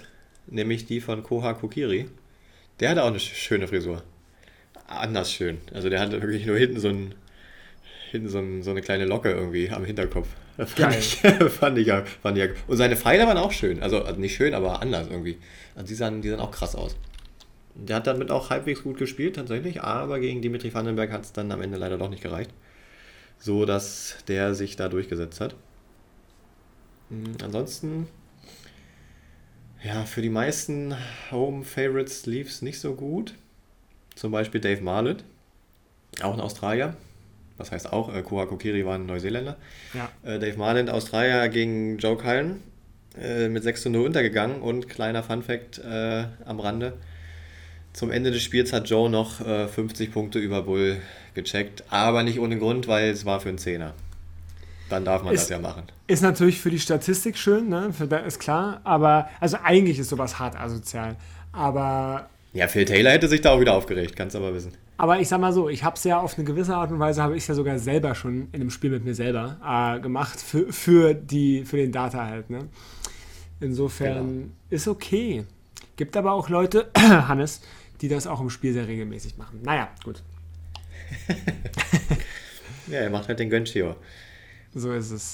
A: nämlich die von Koha Kokiri. Der hatte auch eine schöne Frisur. Anders schön. Also der hatte wirklich nur hinten so, ein, hinten so, ein, so eine kleine Locke irgendwie am Hinterkopf. Das fand, ich, fand, ich ja, fand ich ja. Und seine Pfeile waren auch schön. Also, also nicht schön, aber anders irgendwie. Also die sahen, die sahen auch krass aus. Der hat damit auch halbwegs gut gespielt tatsächlich, aber gegen Dimitri Vandenberg hat es dann am Ende leider doch nicht gereicht. So, dass der sich da durchgesetzt hat. Mhm. Ansonsten, ja, für die meisten Home-Favorites lief es nicht so gut. Zum Beispiel Dave Marlett, auch ein Australier. Was heißt auch, äh, Koha Kokiri war ein Neuseeländer.
B: Ja.
A: Äh, Dave Marlett, Australier gegen Joe Cullen, äh, mit sechs zu null untergegangen. Und kleiner Funfact äh, am Rande: Zum Ende des Spiels hat Joe noch äh, fünfzig Punkte über Bull gecheckt, aber nicht ohne Grund, weil es war für einen Zehner. Dann darf man
B: ist,
A: das ja machen.
B: Ist natürlich für die Statistik schön, ne? Für, ist klar, aber also eigentlich ist sowas hart asozial. Aber.
A: Ja, Phil Taylor hätte sich da auch wieder aufgeregt, kannst du aber wissen.
B: Aber ich sag mal so, ich habe es ja auf eine gewisse Art und Weise, habe ich es ja sogar selber schon in einem Spiel mit mir selber äh, gemacht, für, für, die, für den Data halt. Ne? Insofern genau. Ist okay. Gibt aber auch Leute, Hannes, die das auch im Spiel sehr regelmäßig machen. Naja, gut.
A: Ja, er macht halt den Gönchio.
B: So ist es.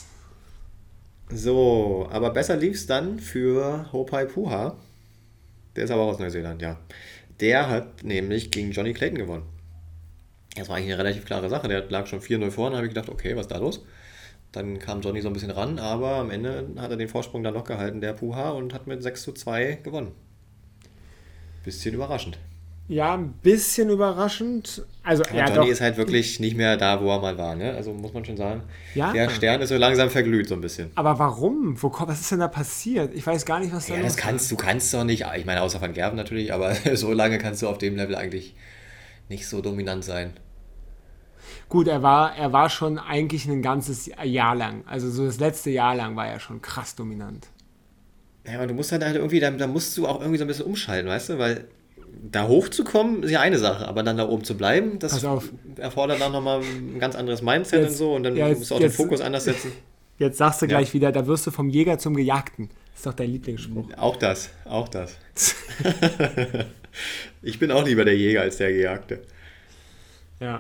A: So, aber besser lief es dann für Hopai Puha. Der ist aber auch aus Neuseeland, ja. Der hat nämlich gegen Johnny Clayton gewonnen. Das war eigentlich eine relativ klare Sache. Der lag schon vier null vorne, da habe ich gedacht, okay, was ist da los? Dann kam Johnny so ein bisschen ran, aber am Ende hat er den Vorsprung dann noch gehalten, der Puha, und hat mit sechs zu zwei gewonnen. Bisschen überraschend.
B: Ja, ein bisschen überraschend. Also,
A: ja,
B: ja,
A: Johnny
B: doch.
A: ist halt wirklich nicht mehr da, wo er mal war, ne? Also muss man schon sagen,
B: ja.
A: Der Stern ist so langsam verglüht, so ein bisschen.
B: Aber warum? Wo, was ist denn da passiert? Ich weiß gar nicht, was da
A: ja,
B: los
A: das kannst, ist. Du kannst doch nicht, ich meine, außer Van Gerven natürlich, aber so lange kannst du auf dem Level eigentlich nicht so dominant sein.
B: Gut, er war, er war schon eigentlich ein ganzes Jahr lang, also so das letzte Jahr lang war er schon krass dominant.
A: Ja, aber du musst halt, halt irgendwie, da, da musst du auch irgendwie so ein bisschen umschalten, weißt du, weil da hochzukommen ist ja eine Sache, aber dann da oben zu bleiben, das erfordert dann nochmal ein ganz anderes Mindset jetzt, und so, und dann ja, jetzt, musst du auch jetzt, den Fokus anders setzen.
B: Jetzt sagst du gleich ja. wieder, da wirst du vom Jäger zum Gejagten. Das ist doch dein Lieblingsspruch.
A: Auch das, auch das. Ich bin auch lieber der Jäger als der Gejagte.
B: Ja.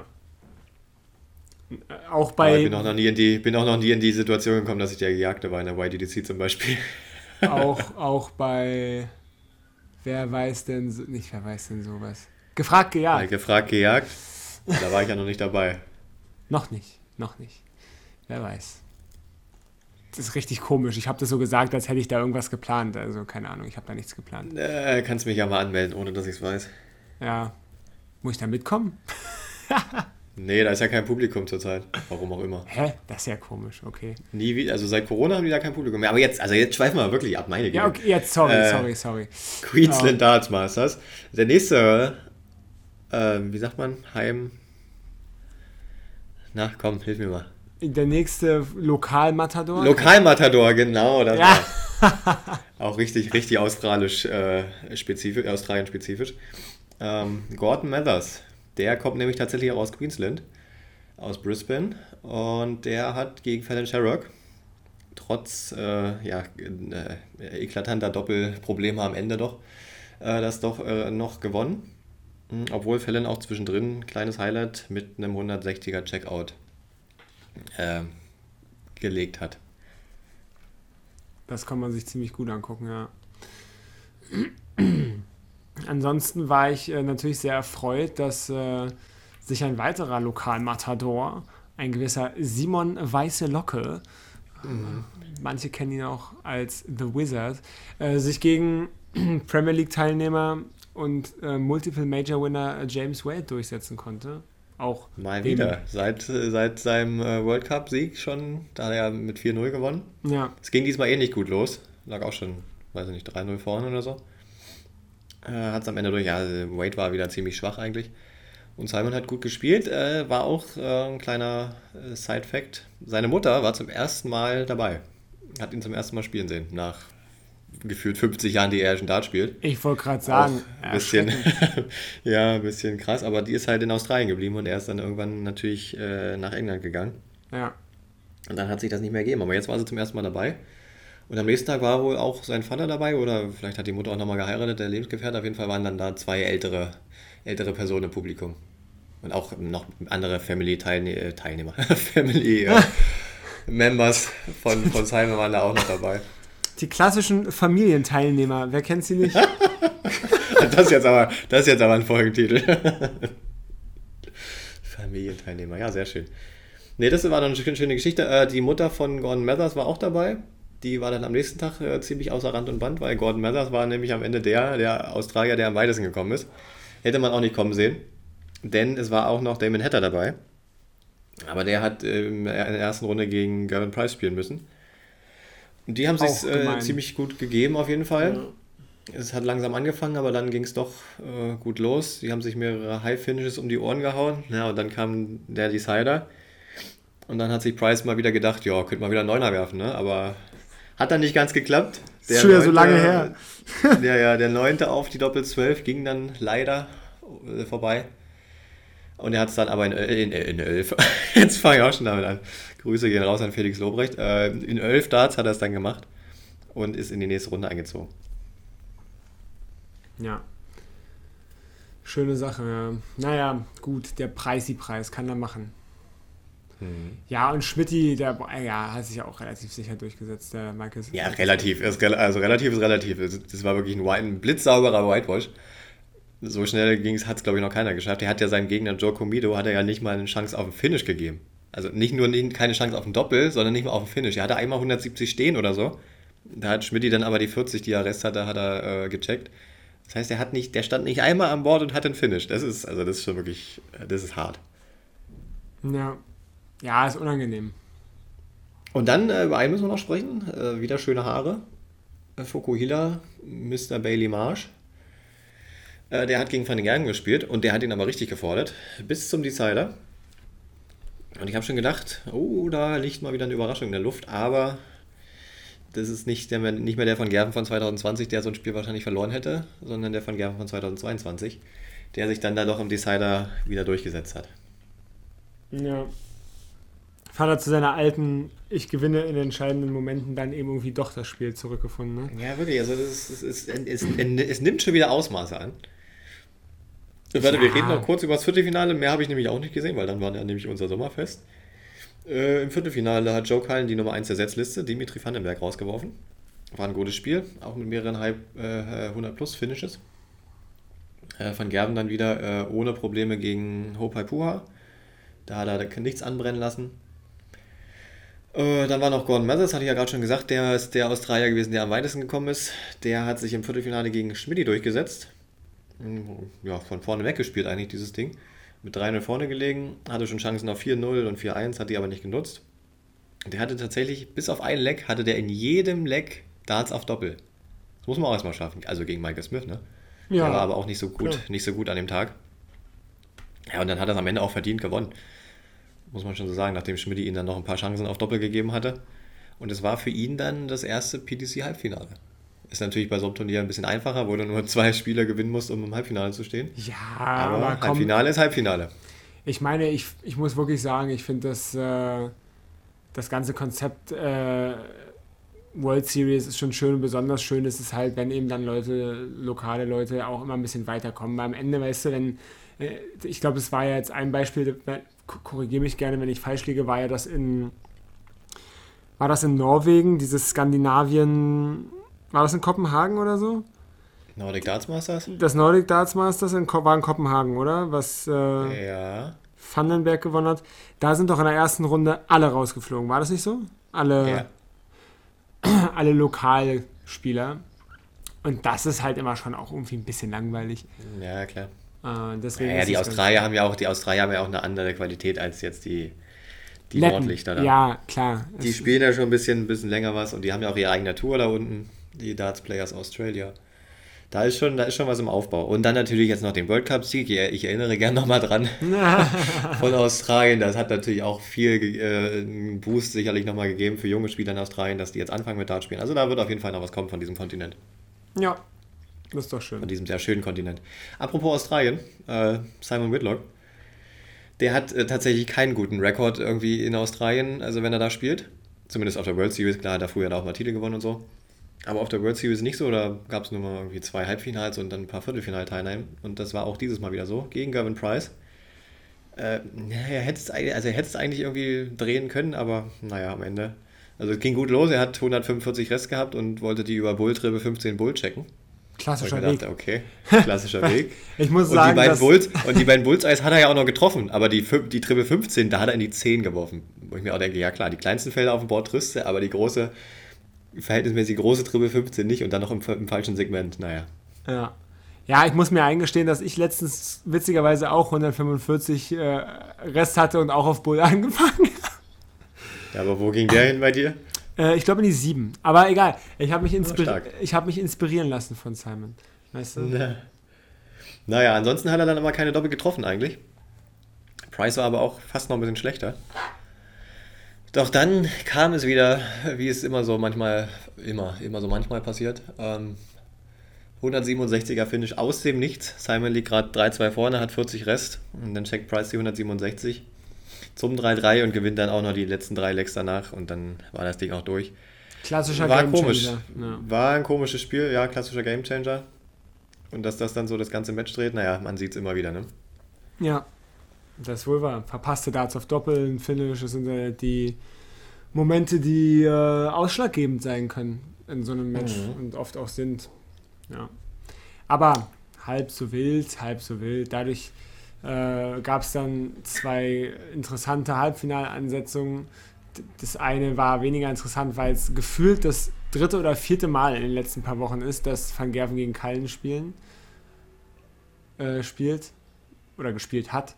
B: Auch bei...
A: Aber ich bin auch, noch nie in die, bin auch noch nie in die Situation gekommen, dass ich der Gejagte war, in der Y D D C zum Beispiel.
B: Auch, auch bei... Wer weiß denn... So, nicht, wer weiß denn sowas? Gefragt, gejagt.
A: Ja, gefragt, gejagt. Da war ich ja noch nicht dabei.
B: Noch nicht, noch nicht. Wer weiß. Das ist richtig komisch. Ich habe das so gesagt, als hätte ich da irgendwas geplant. Also, keine Ahnung, ich habe da nichts geplant.
A: Äh, kannst mich ja mal anmelden, ohne dass ich es weiß.
B: Ja. Muss ich da mitkommen?
A: Nee, da ist ja kein Publikum zurzeit. Warum auch immer.
B: Hä? Das ist ja komisch, okay.
A: Nie wieder, also seit Corona haben die da kein Publikum mehr. Aber jetzt, also jetzt schweifen wir wirklich ab, meine Güte.
B: Ja, okay, jetzt, sorry, äh, sorry, sorry.
A: Queensland um. Darts Masters. Der nächste, äh, wie sagt man, Heim... Na, komm, hilf mir mal.
B: Der nächste Lokalmatador?
A: Lokalmatador, genau. Das
B: ja.
A: war auch richtig, richtig australisch, äh, spezifisch, Australien-spezifisch. Ähm, Gordon Mathers. Der kommt nämlich tatsächlich auch aus Queensland, aus Brisbane, und der hat gegen Fallon Sherrock trotz äh, ja, äh, eklatanter Doppelprobleme am Ende doch äh, das doch äh, noch gewonnen, obwohl Fallon auch zwischendrin ein kleines Highlight mit einem hundertsechziger Checkout äh, gelegt hat.
B: Das kann man sich ziemlich gut angucken, ja. Ansonsten war ich äh, natürlich sehr erfreut, dass äh, sich ein weiterer Lokalmatador, ein gewisser Simon Weiße Locke, mhm. manche kennen ihn auch als The Wizard, äh, sich gegen Premier League-Teilnehmer und äh, Multiple Major Winner James Wade durchsetzen konnte. Auch
A: mal wieder. Seit, seit seinem äh, World Cup-Sieg schon, da hat er mit vier null gewonnen.
B: Ja.
A: Es ging diesmal eh nicht gut los. Lag auch schon, weiß ich nicht, drei null vorne oder so. Äh, hat es am Ende durch. Ja, Wade war wieder ziemlich schwach eigentlich. Und Simon hat gut gespielt. Äh, war auch äh, ein kleiner äh, Side-Fact. Seine Mutter war zum ersten Mal dabei. Hat ihn zum ersten Mal spielen sehen. Nach gefühlt fünfzig Jahren, die er schon Dart spielt.
B: Ich wollte gerade sagen.
A: Ein bisschen, ja, ein bisschen krass. Aber die ist halt in Australien geblieben und er ist dann irgendwann natürlich äh, nach England gegangen.
B: Ja.
A: Und dann hat sich das nicht mehr gegeben. Aber jetzt war sie zum ersten Mal dabei. Und am nächsten Tag war wohl auch sein Vater dabei oder vielleicht hat die Mutter auch nochmal geheiratet, der Lebensgefährte. Auf jeden Fall waren dann da zwei ältere, ältere Personen im Publikum. Und auch noch andere Family-Teilnehmer, Family-Members von, von Simon waren da auch noch dabei.
B: Die klassischen Familienteilnehmer, wer kennt sie nicht?
A: Das ist jetzt aber, das ist jetzt aber ein Folgentitel. Familienteilnehmer, ja, sehr schön. Ne, das war dann eine schöne Geschichte. Die Mutter von Gordon Mathers war auch dabei. Die war dann am nächsten Tag äh, ziemlich außer Rand und Band, weil Gordon Mathers war nämlich am Ende der, der Australier, der am weitesten gekommen ist. Hätte man auch nicht kommen sehen, denn es war auch noch Damon Hatter dabei. Aber der hat äh, in der ersten Runde gegen Gavin Price spielen müssen. Und die haben sich äh, ziemlich gut gegeben auf jeden Fall. Ja. Es hat langsam angefangen, aber dann ging es doch äh, gut los. Die haben sich mehrere High-Finishes um die Ohren gehauen. Ja, und dann kam der Decider. Und dann hat sich Price mal wieder gedacht, ja, könnte mal wieder einen Neuner werfen, ne? Aber hat dann nicht ganz geklappt.
B: Der ist schon ja so lange her.
A: Ja, ja, der neunte auf die Doppel zwölf ging dann leider äh, vorbei. Und er hat es dann aber in, in, in elf, jetzt fange ich auch schon damit an. Grüße gehen raus an Felix Lobrecht. Äh, in elf Darts hat er es dann gemacht und ist in die nächste Runde eingezogen.
B: Ja. Schöne Sache, ja. Naja, gut, der Preisi-Preis kann er machen. Hm. Ja, und Schmidti, der ja, hat sich ja auch relativ sicher durchgesetzt, der Michael.
A: Ja, relativ. Ist, also relativ ist relativ. Das war wirklich ein, White, ein blitzsauberer Whitewash. So schnell ging es, hat es glaube ich noch keiner geschafft. Er hat ja seinem Gegner Joe Comido, hat er ja nicht mal eine Chance auf den Finish gegeben. Also nicht nur nicht, keine Chance auf den Doppel, sondern nicht mal auf den Finish. Er hatte einmal hundertsiebzig stehen oder so. Da hat Schmidti dann aber die vierzig, die er Rest hatte, hat er äh, gecheckt. Das heißt, er hat nicht, der stand nicht einmal an Bord und hat den Finish. Das ist, also das ist schon wirklich, das ist hart.
B: Ja. Ja, ist unangenehm.
A: Und dann, äh, über einen müssen wir noch sprechen. Äh, wieder schöne Haare. Äh, Fukuhila, Mister Bailey Marsh. Äh, der hat gegen Van den Gergen gespielt und der hat ihn aber richtig gefordert. Bis zum Decider. Und ich habe schon gedacht, oh, da liegt mal wieder eine Überraschung in der Luft. Aber das ist nicht, der, nicht mehr der von Gerven von zwanzig zwanzig, der so ein Spiel wahrscheinlich verloren hätte, sondern der von Gerven von zweitausendzweiundzwanzig, der sich dann da doch im Decider wieder durchgesetzt hat.
B: Ja. Vater zu seiner alten, ich gewinne in entscheidenden Momenten dann eben irgendwie doch das Spiel zurückgefunden. Ne?
A: Ja, wirklich. Also das ist, es, es, es, es nimmt schon wieder Ausmaße an. Warte, ja. Wir reden noch kurz über das Viertelfinale. Mehr habe ich nämlich auch nicht gesehen, weil dann war ja nämlich unser Sommerfest. Äh, Im Viertelfinale hat Joe Cullen die Nummer eins der Setzliste, Dimitri Vandenberg, rausgeworfen. War ein gutes Spiel, auch mit mehreren hundert-plus-Finishes. Äh, Van Gerven dann wieder äh, ohne Probleme gegen Hopai Puha. Da hat er nichts anbrennen lassen. Äh, dann war noch Gordon Mathers, hatte ich ja gerade schon gesagt, der ist der Australier gewesen, der am weitesten gekommen ist. Der hat sich im Viertelfinale gegen Schmidti durchgesetzt. Ja, von vorne weggespielt eigentlich dieses Ding. Mit drei null vorne gelegen, hatte schon Chancen auf vier null und vier eins, hat die aber nicht genutzt. Der hatte tatsächlich, bis auf ein Leck, hatte der in jedem Leck Darts auf Doppel. Das muss man auch erstmal schaffen. Also gegen Michael Smith, ne? Ja, der war aber auch nicht so gut, nicht so gut an dem Tag. Ja, und dann hat er es am Ende auch verdient gewonnen. Muss man schon so sagen, nachdem Schmidti ihm dann noch ein paar Chancen auf Doppel gegeben hatte. Und es war für ihn dann das erste P D C-Halbfinale. Ist natürlich bei so einem Turnier ein bisschen einfacher, wo du nur zwei Spieler gewinnen musst, um im Halbfinale zu stehen.
B: Ja,
A: aber, aber komm, Halbfinale ist Halbfinale.
B: Ich meine, ich, ich muss wirklich sagen, ich finde das, äh, das ganze Konzept äh, World Series ist schon schön und besonders schön ist es halt, wenn eben dann Leute, lokale Leute auch immer ein bisschen weiterkommen. Weil am Ende, weißt du, wenn, äh, ich glaube, es war ja jetzt ein Beispiel, korrigiere mich gerne, wenn ich falsch liege, war ja das in, war das in Norwegen, dieses Skandinavien... War das in Kopenhagen oder so?
A: Nordic Darts Masters?
B: Das Nordic Darts Masters in, war in Kopenhagen, oder? Was äh,
A: ja.
B: Vandenberg gewonnen hat. Da sind doch in der ersten Runde alle rausgeflogen. War das nicht so? Alle, ja. alle Lokalspieler. Und das ist halt immer schon auch irgendwie ein bisschen langweilig.
A: Ja, klar.
B: Äh, deswegen
A: ja, ja, die Australier haben ja auch, die Australier haben ja auch eine andere Qualität als jetzt die... Die
B: Letten.
A: Nordlichter da.
B: Ja, klar.
A: Die spielen ja schon ein bisschen, ein bisschen länger was und die haben ja auch ihre eigene Tour da unten, die Darts Players Australia. Da ist schon, da ist schon was im Aufbau. Und dann natürlich jetzt noch den World Cup-Sieg. Ich erinnere gerne nochmal dran. Von Australien. Das hat natürlich auch viel äh, einen Boost sicherlich nochmal gegeben für junge Spieler in Australien, dass die jetzt anfangen mit Darts spielen. Also da wird auf jeden Fall noch was kommen von diesem Kontinent.
B: Ja, das ist doch schön.
A: Von diesem sehr schönen Kontinent. Apropos Australien, äh, Simon Whitlock. Der hat äh, tatsächlich keinen guten Rekord irgendwie in Australien, also wenn er da spielt. Zumindest auf der World Series, klar, hat er früher auch mal Titel gewonnen und so. Aber auf der World Series nicht so, da gab es nur mal irgendwie zwei Halbfinals und dann ein paar Viertelfinalteilnahmen. Und das war auch dieses Mal wieder so, gegen Gervin Price. Äh, ja, er hätte es eigentlich, also er hätte es eigentlich irgendwie drehen können, aber naja, am Ende. Also es ging gut los, er hat hundertfünfundvierzig Rest gehabt und wollte die über Bull-Triple fünfzehn Bull checken.
B: Klassischer
A: Weg.
B: Dachte,
A: okay, klassischer Weg.
B: Ich muss
A: und
B: sagen,
A: die beiden
B: dass
A: Bulls Und die beiden Bulls-Eis hat er ja auch noch getroffen, aber die, die Triple fünfzehn, da hat er in die zehn geworfen. Wo ich mir auch denke, ja klar, die kleinsten Felder auf dem Board triffst du, aber die große, verhältnismäßig große Triple fünfzehn nicht und dann noch im, im falschen Segment, naja.
B: Ja. Ja, ich muss mir eingestehen, dass ich letztens witzigerweise auch hundertfünfundvierzig äh, Rest hatte und auch auf Bull angefangen habe.
A: Ja, aber wo ging der hin bei dir?
B: Äh, ich glaube in die sieben. Aber egal, ich habe mich, inspiri-
A: Oh,
B: ich hab mich inspirieren lassen von Simon. Weißt du?
A: Na. Naja, ansonsten hat er dann aber keine Doppel getroffen eigentlich. Price war aber auch fast noch ein bisschen schlechter. Doch dann kam es wieder, wie es immer so manchmal, immer, immer so manchmal passiert. Ähm, hundertsiebenundsechziger Finish aus dem Nichts. Simon liegt gerade drei zwei vorne, hat vierzig Rest. Und dann checkt Price die hundertsiebenundsechzig zum drei drei und gewinnt dann auch noch die letzten drei Legs danach. Und dann war das Ding auch durch.
B: Klassischer
A: War
B: Gamechanger.
A: komisch.
B: Ja.
A: War ein komisches Spiel, ja, klassischer Gamechanger. Und dass das dann so das ganze Match dreht, naja, man sieht es immer wieder, ne?
B: Ja, das ist wohl wahr. Verpasste Darts auf Doppel, ein Finish, das sind ja die Momente, die äh, ausschlaggebend sein können in so einem Match
A: Mhm.
B: und oft auch sind. Ja. Aber halb so wild, halb so wild. Dadurch äh, gab es dann zwei interessante Halbfinalansetzungen. D- Das eine war weniger interessant, weil es gefühlt das dritte oder vierte Mal in den letzten paar Wochen ist, dass Van Gerven gegen Cullen spielen äh, spielt oder gespielt hat.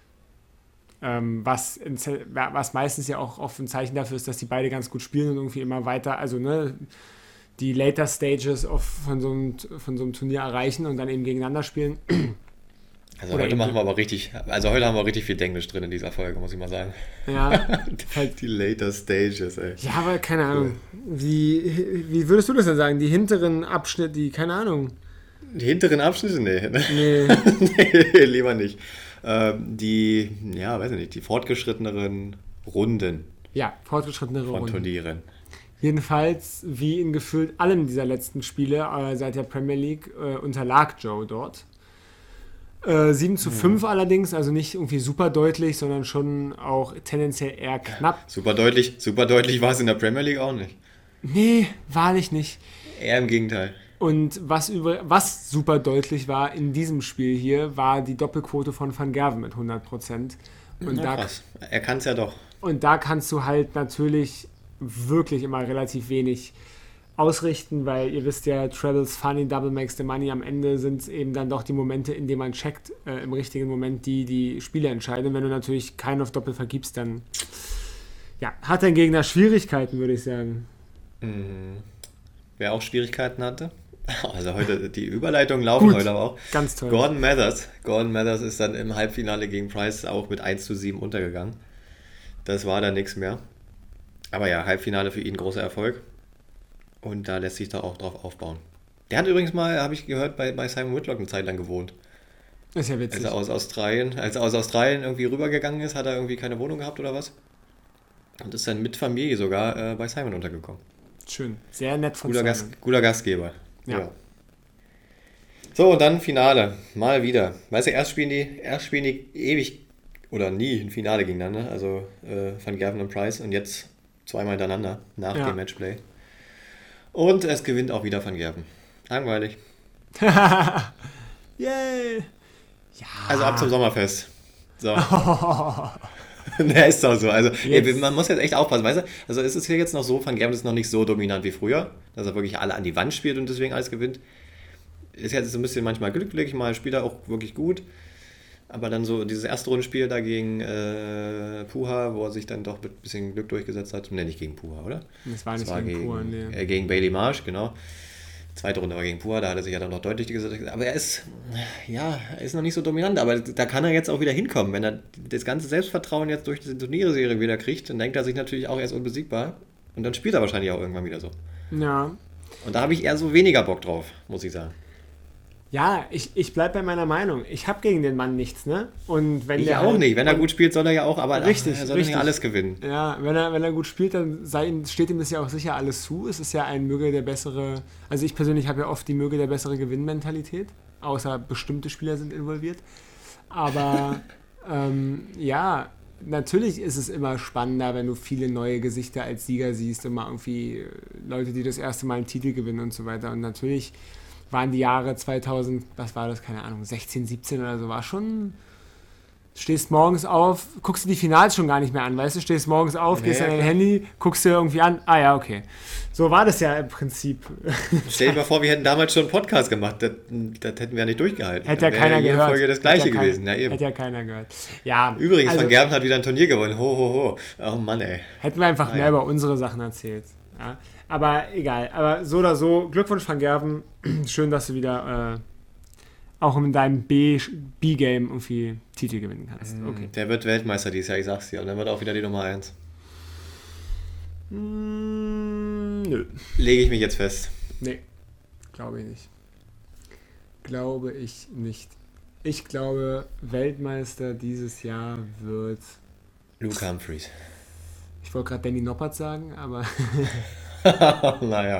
B: Ähm, was, in, was meistens ja auch oft ein Zeichen dafür ist, dass die beide ganz gut spielen und irgendwie immer weiter, also ne, die Later Stages of, von, so einem, von so einem Turnier erreichen und dann eben gegeneinander spielen.
A: Also
B: Oder
A: heute
B: eben-
A: machen wir aber richtig, also heute haben wir richtig viel Denglisch drin in dieser Folge, muss ich mal sagen.
B: Ja, halt,
A: Die Later Stages, ey.
B: ja, aber keine Ahnung. Wie, wie würdest du das denn sagen? Die hinteren Abschnitte, die, keine Ahnung.
A: Die hinteren Abschnitte? Nee.
B: Nee.
A: Nee, lieber nicht. Ähm, die, ja, weiß ich nicht, die fortgeschritteneren Runden
B: Ja, fortgeschrittenere
A: von
B: Runden.
A: Turnieren.
B: Jedenfalls, wie in gefühlt allen dieser letzten Spiele äh, seit der Premier League, äh, unterlag Joe dort. Äh, sieben zu fünf allerdings, also nicht irgendwie super deutlich, sondern schon auch tendenziell eher knapp.
A: Super deutlich, super deutlich war es in der Premier League auch nicht.
B: Nee, wahrlich nicht.
A: Eher im Gegenteil.
B: Und was, über, was super deutlich war in diesem Spiel hier, war die Doppelquote von Van Gerven mit hundert Prozent. Und,
A: Na,
B: da,
A: krass. Er kann es ja doch.
B: und da kannst du halt natürlich wirklich immer relativ wenig ausrichten, weil ihr wisst ja, Trebles Funny, Double Makes the Money, am Ende sind es eben dann doch die Momente, in denen man checkt, äh, im richtigen Moment, die die Spiele entscheiden. Und wenn du natürlich keinen auf Doppel vergibst, dann ja, hat dein Gegner Schwierigkeiten, würde ich sagen.
A: Mhm. Wer auch Schwierigkeiten hatte. Also heute, die Überleitungen laufen
B: Gut.
A: heute aber auch.
B: Ganz toll.
A: Gordon Mathers. Gordon Mathers ist dann im Halbfinale gegen Price auch mit eins zu sieben untergegangen. Das war dann nichts mehr. Aber ja, Halbfinale für ihn großer Erfolg. Und da lässt sich da auch drauf aufbauen. Der hat übrigens mal, habe ich gehört, bei, bei Simon Whitlock eine Zeit lang gewohnt.
B: Ist ja
A: Als
B: witzig.
A: er aus Australien, als er aus Australien irgendwie rübergegangen ist, hat er irgendwie keine Wohnung gehabt oder was? Und ist dann mit Familie sogar äh, bei Simon untergekommen.
B: Schön. Sehr nett von
A: Guter,
B: Simon.
A: Gast, guter Gastgeber.
B: Ja.
A: Ja. So, und dann Finale. Mal wieder. Weißt du, erst spielen die, erst spielen die ewig oder nie ein Finale gegeneinander. Also äh, Van Gerven und Price. Und jetzt zweimal hintereinander nach
B: Ja.
A: dem Matchplay. Und es gewinnt auch wieder Van Gerven. Langweilig.
B: Yay! Ja.
A: Also ab zum Sommerfest. So. Ne, ist doch so. Also
B: Jetzt.
A: ey, man muss jetzt echt aufpassen, weißt du? Also es ist hier jetzt noch so, Van Gerven ist noch nicht so dominant wie früher, dass er wirklich alle an die Wand spielt und deswegen alles gewinnt. Ist jetzt so ein bisschen manchmal glücklich, mal spielt er auch wirklich gut. Aber dann so dieses erste Rundenspiel da gegen äh, Puha, wo er sich dann doch mit ein bisschen Glück durchgesetzt hat. Ne, nicht gegen Puha, oder?
B: Das war nicht
A: Das war
B: gegen
A: gegen,
B: Pur, nee.
A: äh, gegen Bailey Marsh, genau. Zweite Runde war gegen Puha, da hat er sich ja dann noch deutlich gesetzt. Aber er ist, ja, er ist noch nicht so dominant. Aber da kann er jetzt auch wieder hinkommen. Wenn er das ganze Selbstvertrauen jetzt durch diese Turnierserie wieder kriegt, dann denkt er sich natürlich auch, er ist unbesiegbar. Und dann spielt er wahrscheinlich auch irgendwann wieder so.
B: Ja.
A: Und da habe ich eher so weniger Bock drauf, muss ich sagen.
B: Ja, ich, ich bleibe bei meiner Meinung. Ich habe gegen den Mann nichts, ne? Und wenn
A: Ich
B: der
A: auch
B: halt,
A: nicht. Wenn er gut spielt, soll er ja auch, aber
B: richtig,
A: ach, er soll
B: richtig.
A: nicht alles gewinnen.
B: Ja, wenn er, wenn er gut spielt, dann sei, ihm- steht ihm das ja auch sicher alles zu. Es ist ja ein Möge der bessere, also ich persönlich habe ja oft die Möge der bessere Gewinnmentalität, außer bestimmte Spieler sind involviert. Aber ähm, ja, natürlich ist es immer spannender, wenn du viele neue Gesichter als Sieger siehst und mal irgendwie äh, Leute, die das erste Mal einen Titel gewinnen und so weiter. Und natürlich waren die Jahre zweitausend, was war das, keine Ahnung, sechzehn, siebzehn oder so, war schon, stehst morgens auf, guckst dir die Finals schon gar nicht mehr an, weißt du, stehst morgens auf,
A: Ja,
B: gehst
A: ja,
B: an dein
A: klar.
B: Handy, guckst dir irgendwie an, ah ja, okay. So war das ja im Prinzip.
A: Stell dir mal vor, wir hätten damals schon einen Podcast gemacht. Das, das hätten wir ja nicht durchgehalten.
B: Hätte ja
A: Dann wäre
B: keiner
A: jede
B: gehört.
A: Folge das
B: Hätte
A: gleiche
B: ja kein-
A: gewesen. Ja, eben.
B: Hätte ja keiner gehört. Ja,
A: Übrigens,
B: also
A: Van Gerven hat wieder ein Turnier gewonnen. Ho, ho, ho. Oh Mann, ey.
B: hätten wir einfach
A: Ah,
B: mehr
A: ja.
B: über unsere Sachen erzählt. Ja, aber egal. Aber so oder so, Glückwunsch Van Gerven. Schön, dass du wieder äh, auch in deinem B- B-Game irgendwie Titel gewinnen kannst. Okay.
A: Der wird Weltmeister dieses Jahr, ich sag's dir. Und dann wird er auch wieder die Nummer eins.
B: Mm, nö.
A: Lege ich mich jetzt fest.
B: Nee, glaube ich nicht. Glaube ich nicht. Ich glaube, Weltmeister dieses Jahr wird.
A: Luke Humphreys.
B: Ich wollte gerade Danny Noppert sagen, aber
A: Naja.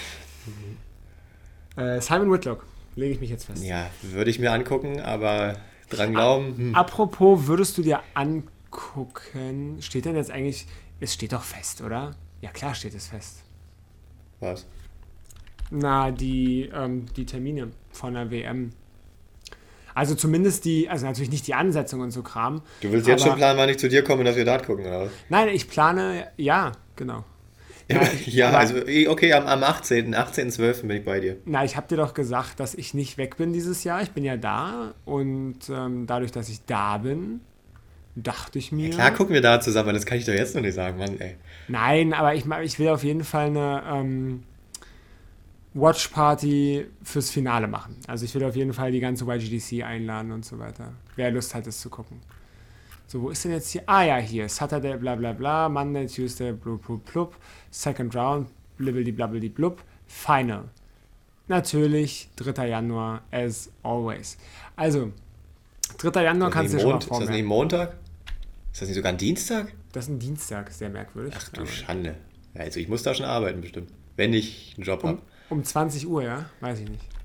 B: äh, Simon Whitlock, lege ich mich jetzt fest.
A: Ja, würde ich mir angucken, aber dran glauben. Hm.
B: Apropos, würdest du dir angucken, steht denn jetzt eigentlich, es steht doch fest, oder? Ja, klar steht es fest.
A: Was?
B: Na, die, ähm, die Termine von der W M. Also zumindest die, also natürlich nicht die Ansetzung und so Kram.
A: Du willst jetzt
B: aber-
A: schon planen, wann ich zu dir komme, dass wir Dart gucken, oder was?
B: Nein, ich plane, ja, genau.
A: Ja,
B: ich-
A: ja
B: aber-
A: also eh, okay, am, am achtzehnten achtzehnten zwölften bin ich bei dir.
B: Na, ich habe dir doch gesagt, dass ich nicht weg bin dieses Jahr. Ich bin ja da und ähm, dadurch, dass ich da bin, dachte ich mir.
A: Klar gucken wir da zusammen, das kann ich doch jetzt noch nicht sagen, Mann, ey.
B: Nein, aber ich, ma- ich will auf jeden Fall eine ähm, Watch-Party fürs Finale machen. Also ich will auf jeden Fall die ganze Y G D C einladen und so weiter. Wer Lust hat, es zu gucken. So, wo ist denn jetzt hier? Ah ja, hier. Saturday, bla bla bla. Monday, Tuesday, blub blub blub. Second Round, blibbidi blabbidi blub. Final. Natürlich, dritter Januar, as always. Also, dritter Januar
A: Ist das
B: kannst du
A: nicht
B: dir schon mal
A: Mond- Ist das nicht
B: vormerken.
A: Montag? Ist das nicht sogar ein Dienstag?
B: Das ist ein Dienstag, sehr merkwürdig.
A: Ach du
B: Aber
A: Schande. Ja, also ich muss da schon arbeiten bestimmt. Wenn ich einen Job
B: um,
A: habe.
B: um zwanzig Uhr, ja? Weiß ich nicht.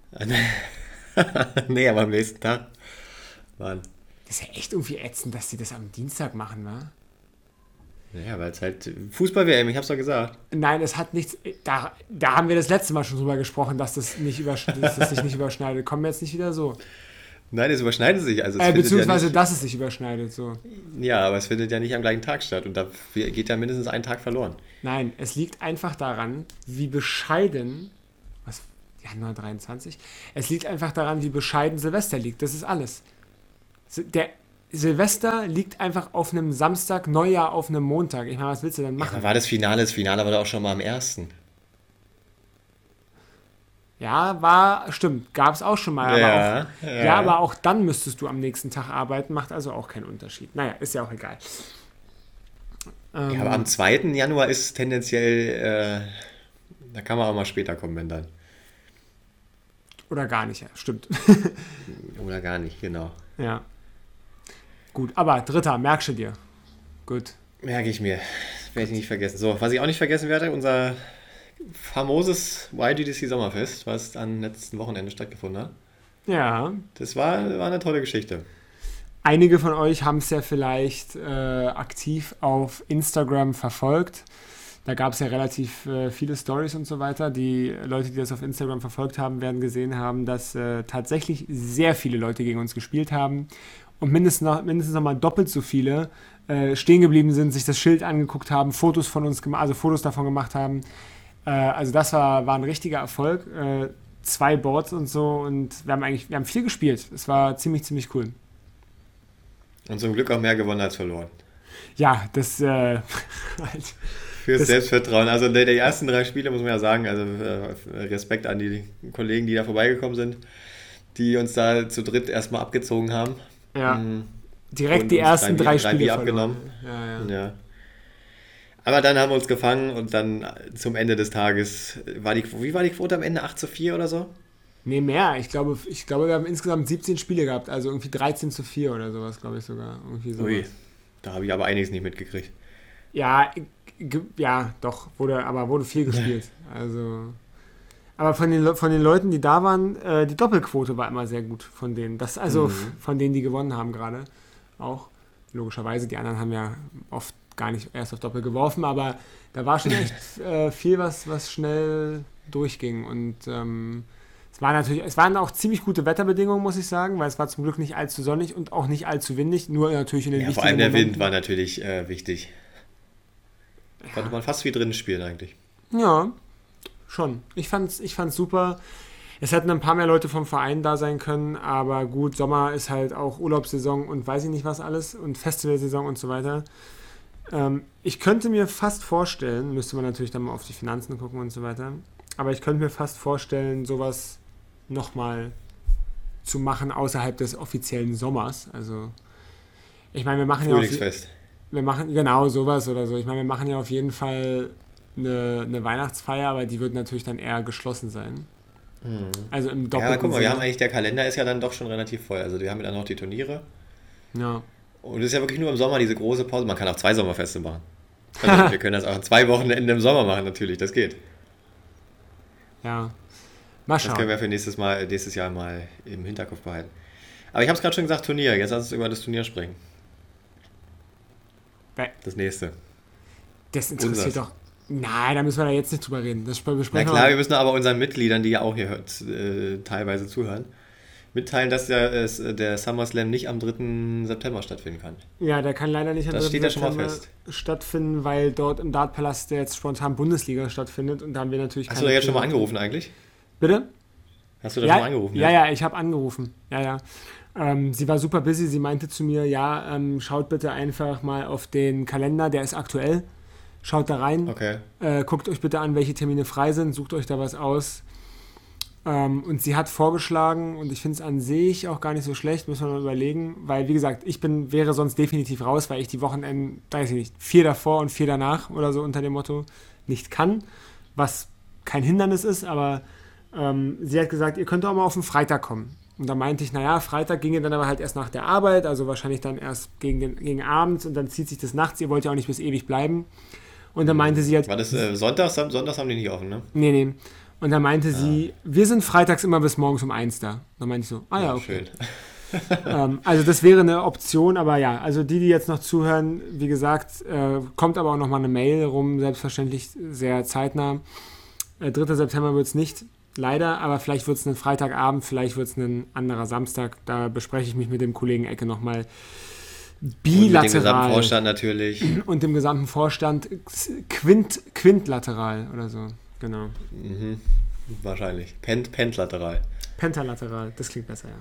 A: Nee, aber am nächsten Tag. Mann.
B: Das ist ja echt irgendwie ätzend, dass die das am Dienstag machen, wa?
A: Ja, weil es halt Fußball-W M, ich hab's doch gesagt.
B: Nein, es hat nichts. Da, da haben wir das letzte Mal schon drüber gesprochen, dass das, nicht übersch dass das sich nicht überschneidet. Kommen wir jetzt nicht wieder so.
A: Nein, es überschneidet sich. Also es
B: Äh,
A: findet
B: beziehungsweise,
A: ja,
B: dass es sich überschneidet, so.
A: nicht, ja, aber es findet ja nicht am gleichen Tag statt. Und da geht ja mindestens ein Tag verloren.
B: Nein, es liegt einfach daran, wie bescheiden. Was? Januar dreiundzwanzig? Es liegt einfach daran, wie bescheiden Silvester liegt. Das ist alles. Si- Der Silvester liegt einfach auf einem Samstag, Neujahr auf einem Montag. Ich meine, was willst du denn
A: Ja,
B: machen?
A: aber war das Finale? Das Finale war doch auch schon mal am ersten.
B: Ja, war, stimmt, gab es auch schon mal. Aber
A: Ja,
B: auch,
A: ja.
B: ja, aber auch dann müsstest du am nächsten Tag arbeiten, macht also auch keinen Unterschied. Naja, ist ja auch egal. Ähm,
A: Ja, aber am zweiten Januar ist es tendenziell, äh, da kann man auch mal später kommen, wenn dann.
B: Oder gar nicht, ja, stimmt.
A: Oder gar nicht, genau.
B: Ja. Gut, aber dritter, merkst du dir. Gut.
A: Merke ich mir. Das werde ich nicht vergessen. So, was ich auch nicht vergessen werde, unser famoses Y G D C Sommerfest, was am letzten Wochenende stattgefunden hat.
B: Ja.
A: Das war, war eine tolle Geschichte.
B: Einige von euch haben es ja vielleicht äh, aktiv auf Instagram verfolgt. Da gab es ja relativ äh, viele Stories und so weiter. Die Leute, die das auf Instagram verfolgt haben, werden gesehen haben, dass äh, tatsächlich sehr viele Leute gegen uns gespielt haben und mindestens noch, mindestens noch mal doppelt so viele äh, stehen geblieben sind, sich das Schild angeguckt haben, Fotos von uns, gema- also Fotos davon gemacht haben. Äh, also das war, war ein richtiger Erfolg. Äh, zwei Boards und so und wir haben eigentlich, wir haben viel gespielt. Es war ziemlich, ziemlich cool.
A: Und zum Glück auch mehr gewonnen als verloren.
B: Ja, das, äh,
A: Fürs
B: Das-
A: Selbstvertrauen. Also die, die ersten drei Spiele, muss man ja sagen, also äh, Respekt an die Kollegen, die da vorbeigekommen sind, die uns da zu dritt erstmal abgezogen haben.
B: ja,
A: Mm,
B: direkt
A: und
B: die
A: uns
B: ersten
A: drei
B: drei
A: Bier- drei
B: Spiele
A: Bier
B: verloren.
A: abgenommen.
B: Ja, ja.
A: Ja. Aber dann haben wir uns gefangen und dann zum Ende des Tages war die, wie war die Quote am Ende? acht zu vier oder so?
B: Nee, mehr. Ich glaube, ich glaube, wir haben insgesamt siebzehn Spiele gehabt, also irgendwie dreizehn zu vier oder sowas, glaube ich sogar. Irgendwie sowas.
A: Ui, da habe ich aber einiges nicht mitgekriegt.
B: Ja, ge- ja, doch, wurde, aber wurde viel gespielt. Also. Aber von den, Le- von den Leuten, die da waren, äh, die Doppelquote war immer sehr gut von denen. Das, also f-
A: Mhm.
B: von denen, die gewonnen haben gerade. Auch. Logischerweise, die anderen haben ja oft gar nicht erst auf Doppel geworfen, aber da war schon echt äh, viel, was, was schnell durchging. Und ähm, es war natürlich, es waren auch ziemlich gute Wetterbedingungen, muss ich sagen, weil es war zum Glück nicht allzu sonnig und auch nicht allzu windig, nur natürlich in den
A: Ja, vor
B: wichtigen
A: allem der Wind
B: Momenten.
A: war natürlich äh, wichtig. Konnte man fast wie drinnen spielen eigentlich.
B: Ja, schon. Ich fand's, ich fand's super. Es hätten ein paar mehr Leute vom Verein da sein können, aber gut, Sommer ist halt auch Urlaubssaison und weiß ich nicht was alles und Festivalsaison und so weiter. Ähm, ich könnte mir fast vorstellen, müsste man natürlich dann mal auf die Finanzen gucken und so weiter, aber ich könnte mir fast vorstellen, sowas nochmal zu machen außerhalb des offiziellen Sommers. Also, ich meine, wir machen ja auf,
A: Frühlingsfest.
B: wir machen genau sowas oder so. Ich meine, wir machen ja auf jeden Fall eine, eine Weihnachtsfeier, aber die wird natürlich dann eher geschlossen sein.
A: Mhm.
B: Also im
A: Ja,
B: doppelten
A: guck mal, wir haben
B: Sinne.
A: eigentlich, der Kalender ist ja dann doch schon relativ voll. Also wir haben ja dann noch die Turniere.
B: Ja.
A: Und es ist ja wirklich nur im Sommer diese große Pause. Man kann auch zwei Sommerfeste machen. Also wir können das auch in zwei Wochenenden im Sommer machen, natürlich, das geht.
B: Ja. Mal
A: Das können
B: schauen.
A: wir für nächstes Mal, nächstes Jahr mal im Hinterkopf behalten. Aber ich habe es gerade schon gesagt, Turnier. Jetzt lass uns über das Turnier sprechen.
B: Weil
A: Das nächste.
B: das interessiert
A: Unseres.
B: doch. Nein, da müssen wir da jetzt nicht drüber reden. Das
A: Na
B: besprechen
A: klar,
B: wir.
A: wir müssen aber unseren Mitgliedern, die ja auch hier hört, äh, teilweise zuhören, mitteilen, dass der, es, der SummerSlam nicht am dritten September stattfinden kann.
B: Ja, der kann leider nicht am
A: Das
B: dritten
A: steht ja schon mal
B: September
A: fest.
B: stattfinden, weil dort im Dartpalast jetzt spontan Bundesliga stattfindet und da haben wir natürlich
A: Hast du
B: keine
A: da jetzt schon mal
B: Prioritäten.
A: angerufen eigentlich?
B: Bitte?
A: Hast du da schon mal
B: Ja,
A: angerufen
B: ja,
A: jetzt?
B: ja, ich habe angerufen. Ja, ja. Ähm, sie war super busy. Sie meinte zu mir, ja, ähm, schaut bitte einfach mal auf den Kalender, der ist aktuell. Schaut da rein,
A: Okay.
B: äh, guckt euch bitte an, welche Termine frei sind, sucht euch da was aus. Ähm, und sie hat vorgeschlagen, und ich finde es an sich auch gar nicht so schlecht, müssen wir mal überlegen, weil, wie gesagt, ich bin, wäre sonst definitiv raus, weil ich die Wochenenden, weiß ich nicht, vier davor und vier danach oder so unter dem Motto nicht kann, was kein Hindernis ist, aber ähm, sie hat gesagt, ihr könnt auch mal auf den Freitag kommen. Und da meinte ich, naja, Freitag ginge dann aber halt erst nach der Arbeit, also wahrscheinlich dann erst gegen, den, gegen abends und dann zieht sich das nachts, ihr wollt ja auch nicht bis ewig bleiben. Und dann meinte sie halt,
A: War das äh, Sonntags? Sonntags haben die nicht offen, ne?
B: nee, nee. Und dann meinte sie, wir sind freitags immer bis morgens um eins da. Dann meinte ich so, ah ja, okay.
A: Schön.
B: Ähm, also das wäre eine Option, aber ja, also die, die jetzt noch zuhören, wie gesagt, äh, kommt aber auch nochmal eine Mail rum, selbstverständlich sehr zeitnah. Äh, dritter September wird es nicht, leider, aber vielleicht wird es ein Freitagabend, vielleicht wird es ein anderer Samstag. Da bespreche ich mich mit dem Kollegen Ecke nochmal
A: Und mit dem gesamten
B: bilateral
A: Vorstand natürlich.
B: und dem gesamten Vorstand quint, quintlateral oder so, genau.
A: Mhm. Wahrscheinlich. Pent, pentlateral.
B: Pentalateral, das klingt besser, ja.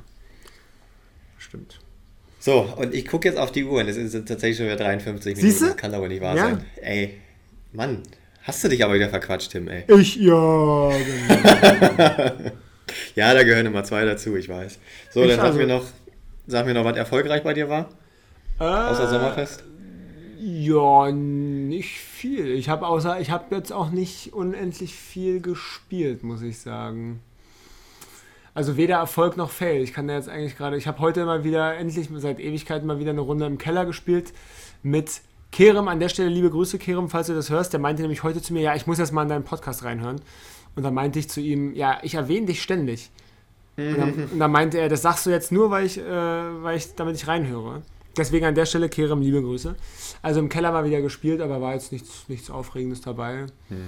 B: Stimmt.
A: So, und ich gucke jetzt auf die Uhr und es sind tatsächlich schon wieder dreiundfünfzig
B: Siehste?
A: Minuten. Das kann aber nicht wahr
B: Ja.
A: sein. Ey, Mann, hast du dich aber wieder verquatscht, Tim, ey.
B: Ich, ja, genau.
A: Ja, da gehören immer zwei dazu, ich weiß. So,
B: Ich
A: dann sag
B: also-
A: mir noch, sag mir noch, was erfolgreich bei dir war, außer
B: Äh,
A: Sommerfest.
B: Ja, nicht viel. Ich habe außer, ich habe jetzt auch nicht unendlich viel gespielt, muss ich sagen. Also weder Erfolg noch Fail. Ich kann da jetzt eigentlich gerade, ich habe heute mal wieder, endlich seit Ewigkeiten mal wieder eine Runde im Keller gespielt mit Kerem. An der Stelle liebe Grüße, Kerem, falls du das hörst. Der meinte nämlich heute zu mir, ja, ich muss jetzt mal in deinen Podcast reinhören. Und dann meinte ich zu ihm, ja, ich erwähne dich ständig. Und dann, und dann meinte er, das sagst du jetzt nur, weil ich, äh, weil ich damit ich reinhöre. Deswegen an der Stelle, Kerem, liebe Grüße. Also im Keller mal wieder gespielt, aber war jetzt nichts, nichts Aufregendes dabei.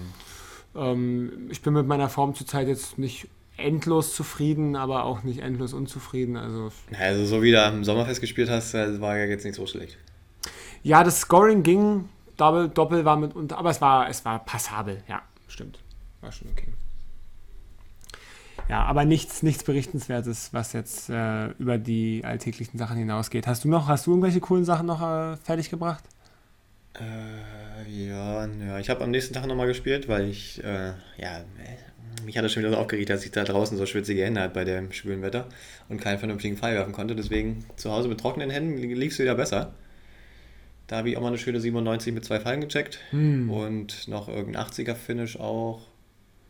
B: Ähm, ich bin mit meiner Form zurzeit jetzt nicht endlos zufrieden, aber auch nicht endlos unzufrieden. Also
A: Also so wie du am Sommerfest gespielt hast, das war ja jetzt nicht so schlecht.
B: ja, das Scoring ging, Doppel, Doppel war mit unter, aber es war, es war passabel, ja, stimmt. War schon okay. Ja, aber nichts, nichts Berichtenswertes, was jetzt äh, über die alltäglichen Sachen hinausgeht. Hast du noch, hast du irgendwelche coolen Sachen noch äh, fertiggebracht?
A: Äh, ja, ja, ich habe am nächsten Tag nochmal gespielt, weil ich, äh, ja, äh, mich hat das schon wieder so aufgeregt, dass ich da draußen so schwitzige Hände hatte bei dem schwülen Wetter und keinen vernünftigen Pfeil werfen konnte. Deswegen zu Hause mit trockenen Händen lief es wieder besser. Da habe ich auch mal eine schöne siebenundneunzig mit zwei Pfeilen gecheckt
B: Hm.
A: und noch irgendein achtziger-Finish auch.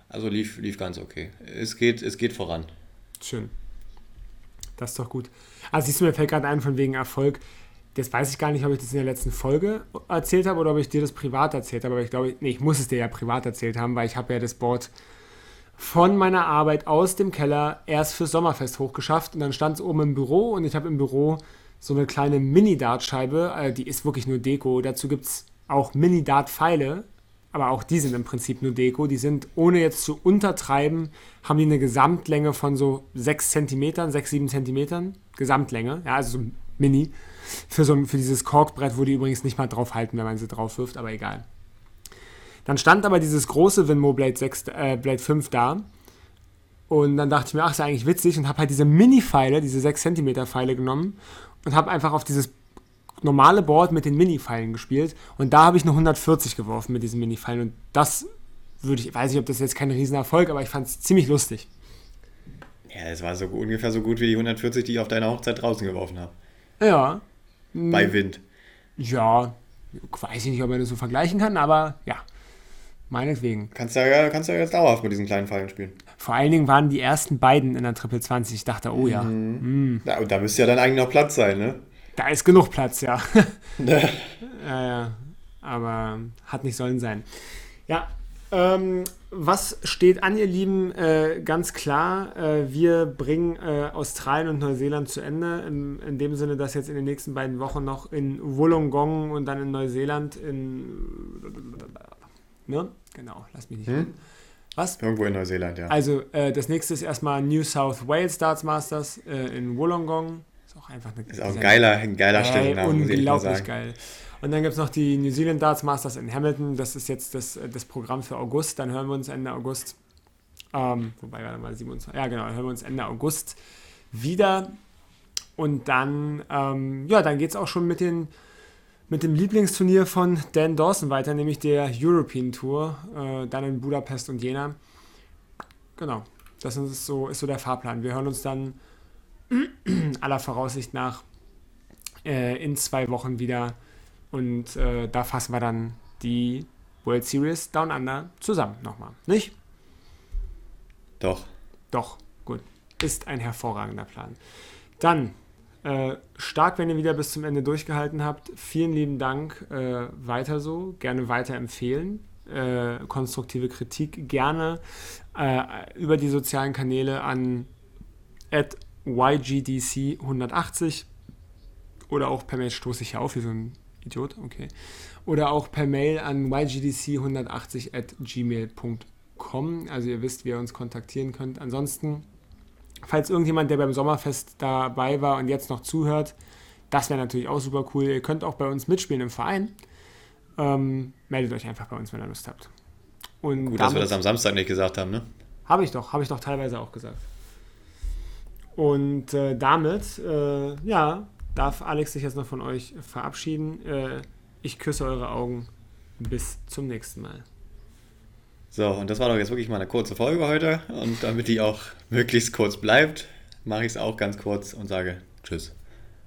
A: Also lief, lief ganz okay. Es geht, es geht voran.
B: Schön. Das ist doch gut. Also siehst du, mir fällt gerade ein von wegen Erfolg. Das weiß ich gar nicht, ob ich das in der letzten Folge erzählt habe oder ob ich dir das privat erzählt habe. Aber ich glaube, nee, ich muss es dir ja privat erzählt haben, weil ich habe ja das Board von meiner Arbeit aus dem Keller erst fürs Sommerfest hochgeschafft. Und dann stand es oben im Büro und ich habe im Büro so eine kleine Mini-Dart-Scheibe. Die ist wirklich nur Deko. Dazu gibt es auch Mini-Dart-Pfeile. Aber auch die sind im Prinzip nur Deko. Die sind, ohne jetzt zu untertreiben, haben die eine Gesamtlänge von so sechs Zentimetern, sechs, sieben Zentimetern. Gesamtlänge, ja, also so mini. Für, so ein, für dieses Korkbrett, wo die übrigens nicht mal drauf halten, wenn man sie drauf wirft, aber egal. Dann stand aber dieses große Winmo Blade, sechs, äh, Blade fünf da. Und dann dachte ich mir, ach, ist ja eigentlich witzig. Und habe halt diese Mini-Pfeile, diese sechs Zentimeter Pfeile genommen und habe einfach auf dieses normale Board mit den Mini-Pfeilen gespielt und da habe ich eine hundertvierzig geworfen mit diesen Mini-Pfeilen und das würde ich, weiß nicht, ob das jetzt kein Riesenerfolg, aber ich fand es ziemlich lustig.
A: Ja, es war so ungefähr so gut wie die hundertvierzig, die ich auf deiner Hochzeit draußen geworfen habe.
B: Ja.
A: Bei Wind.
B: Ja, weiß ich nicht, ob man das so vergleichen kann, aber ja, meinetwegen.
A: Kannst du ja, kannst du ja jetzt dauerhaft mit diesen kleinen Pfeilen spielen.
B: Vor allen Dingen waren die ersten beiden in der Triple zwanzig, ich dachte, oh ja.
A: Mhm. Mm. Ja, und da müsste ja dann eigentlich noch Platz sein, ne?
B: Da ist genug Platz, ja. ja, ja. Aber hat nicht sollen sein. Ja, ähm, was steht an, ihr Lieben? Äh, ganz klar, äh, wir bringen äh, Australien und Neuseeland zu Ende. In, in dem Sinne, dass jetzt in den nächsten beiden Wochen noch in Wollongong und dann in Neuseeland in... Ne? Genau, lass mich nicht hm? Was?
A: Irgendwo in Neuseeland, ja.
B: Also, äh, das nächste ist erstmal New South Wales Darts Masters äh, in Wollongong. Auch einfach eine,
A: ist auch ein geiler, ein geiler
B: äh,
A: Stellungnahme, muss ich mal sagen.
B: Geil. Und dann gibt es noch die New Zealand Darts Masters in Hamilton. Das ist jetzt das, das Programm für August. Dann hören wir uns Ende August. Ähm, wobei, warte mal, siebenundzwanzig. Ja, genau, dann hören wir uns Ende August wieder. Und dann, ähm, ja, dann geht es auch schon mit, den, mit dem Lieblingsturnier von Dan Dawson weiter, nämlich der European Tour. Äh, dann in Budapest und Jena. Genau, das ist so, ist so der Fahrplan. Wir hören uns dann aller Voraussicht nach äh, in zwei Wochen wieder und äh, da fassen wir dann die World Series Down Under zusammen nochmal, nicht?
A: Doch.
B: Doch, gut. Ist ein hervorragender Plan. Dann, äh, stark, wenn ihr wieder bis zum Ende durchgehalten habt. Vielen lieben Dank. Äh, weiter so. Gerne weiterempfehlen. Äh, konstruktive Kritik gerne äh, über die sozialen Kanäle an at Y G D C hundertachtzig oder auch per Mail, stoße ich ja auf wie so ein Idiot, okay. Oder auch per Mail an y g d c hundertachtzig at gmail punkt com. Also ihr wisst, wie ihr uns kontaktieren könnt. Ansonsten, falls irgendjemand, der beim Sommerfest dabei war und jetzt noch zuhört, das wäre natürlich auch super cool. Ihr könnt auch bei uns mitspielen im Verein. Ähm, meldet euch einfach bei uns, wenn ihr Lust habt. Und
A: gut, dass wir das am Samstag nicht gesagt haben, ne?
B: Habe ich doch, habe ich doch teilweise auch gesagt. Und äh, damit, äh, ja, darf Alex sich jetzt noch von euch verabschieden. Äh, ich küsse eure Augen. Bis zum nächsten Mal.
A: So, und das war doch jetzt wirklich mal eine kurze Folge heute. Und damit die auch möglichst kurz bleibt, mache ich es auch ganz kurz und sage Tschüss.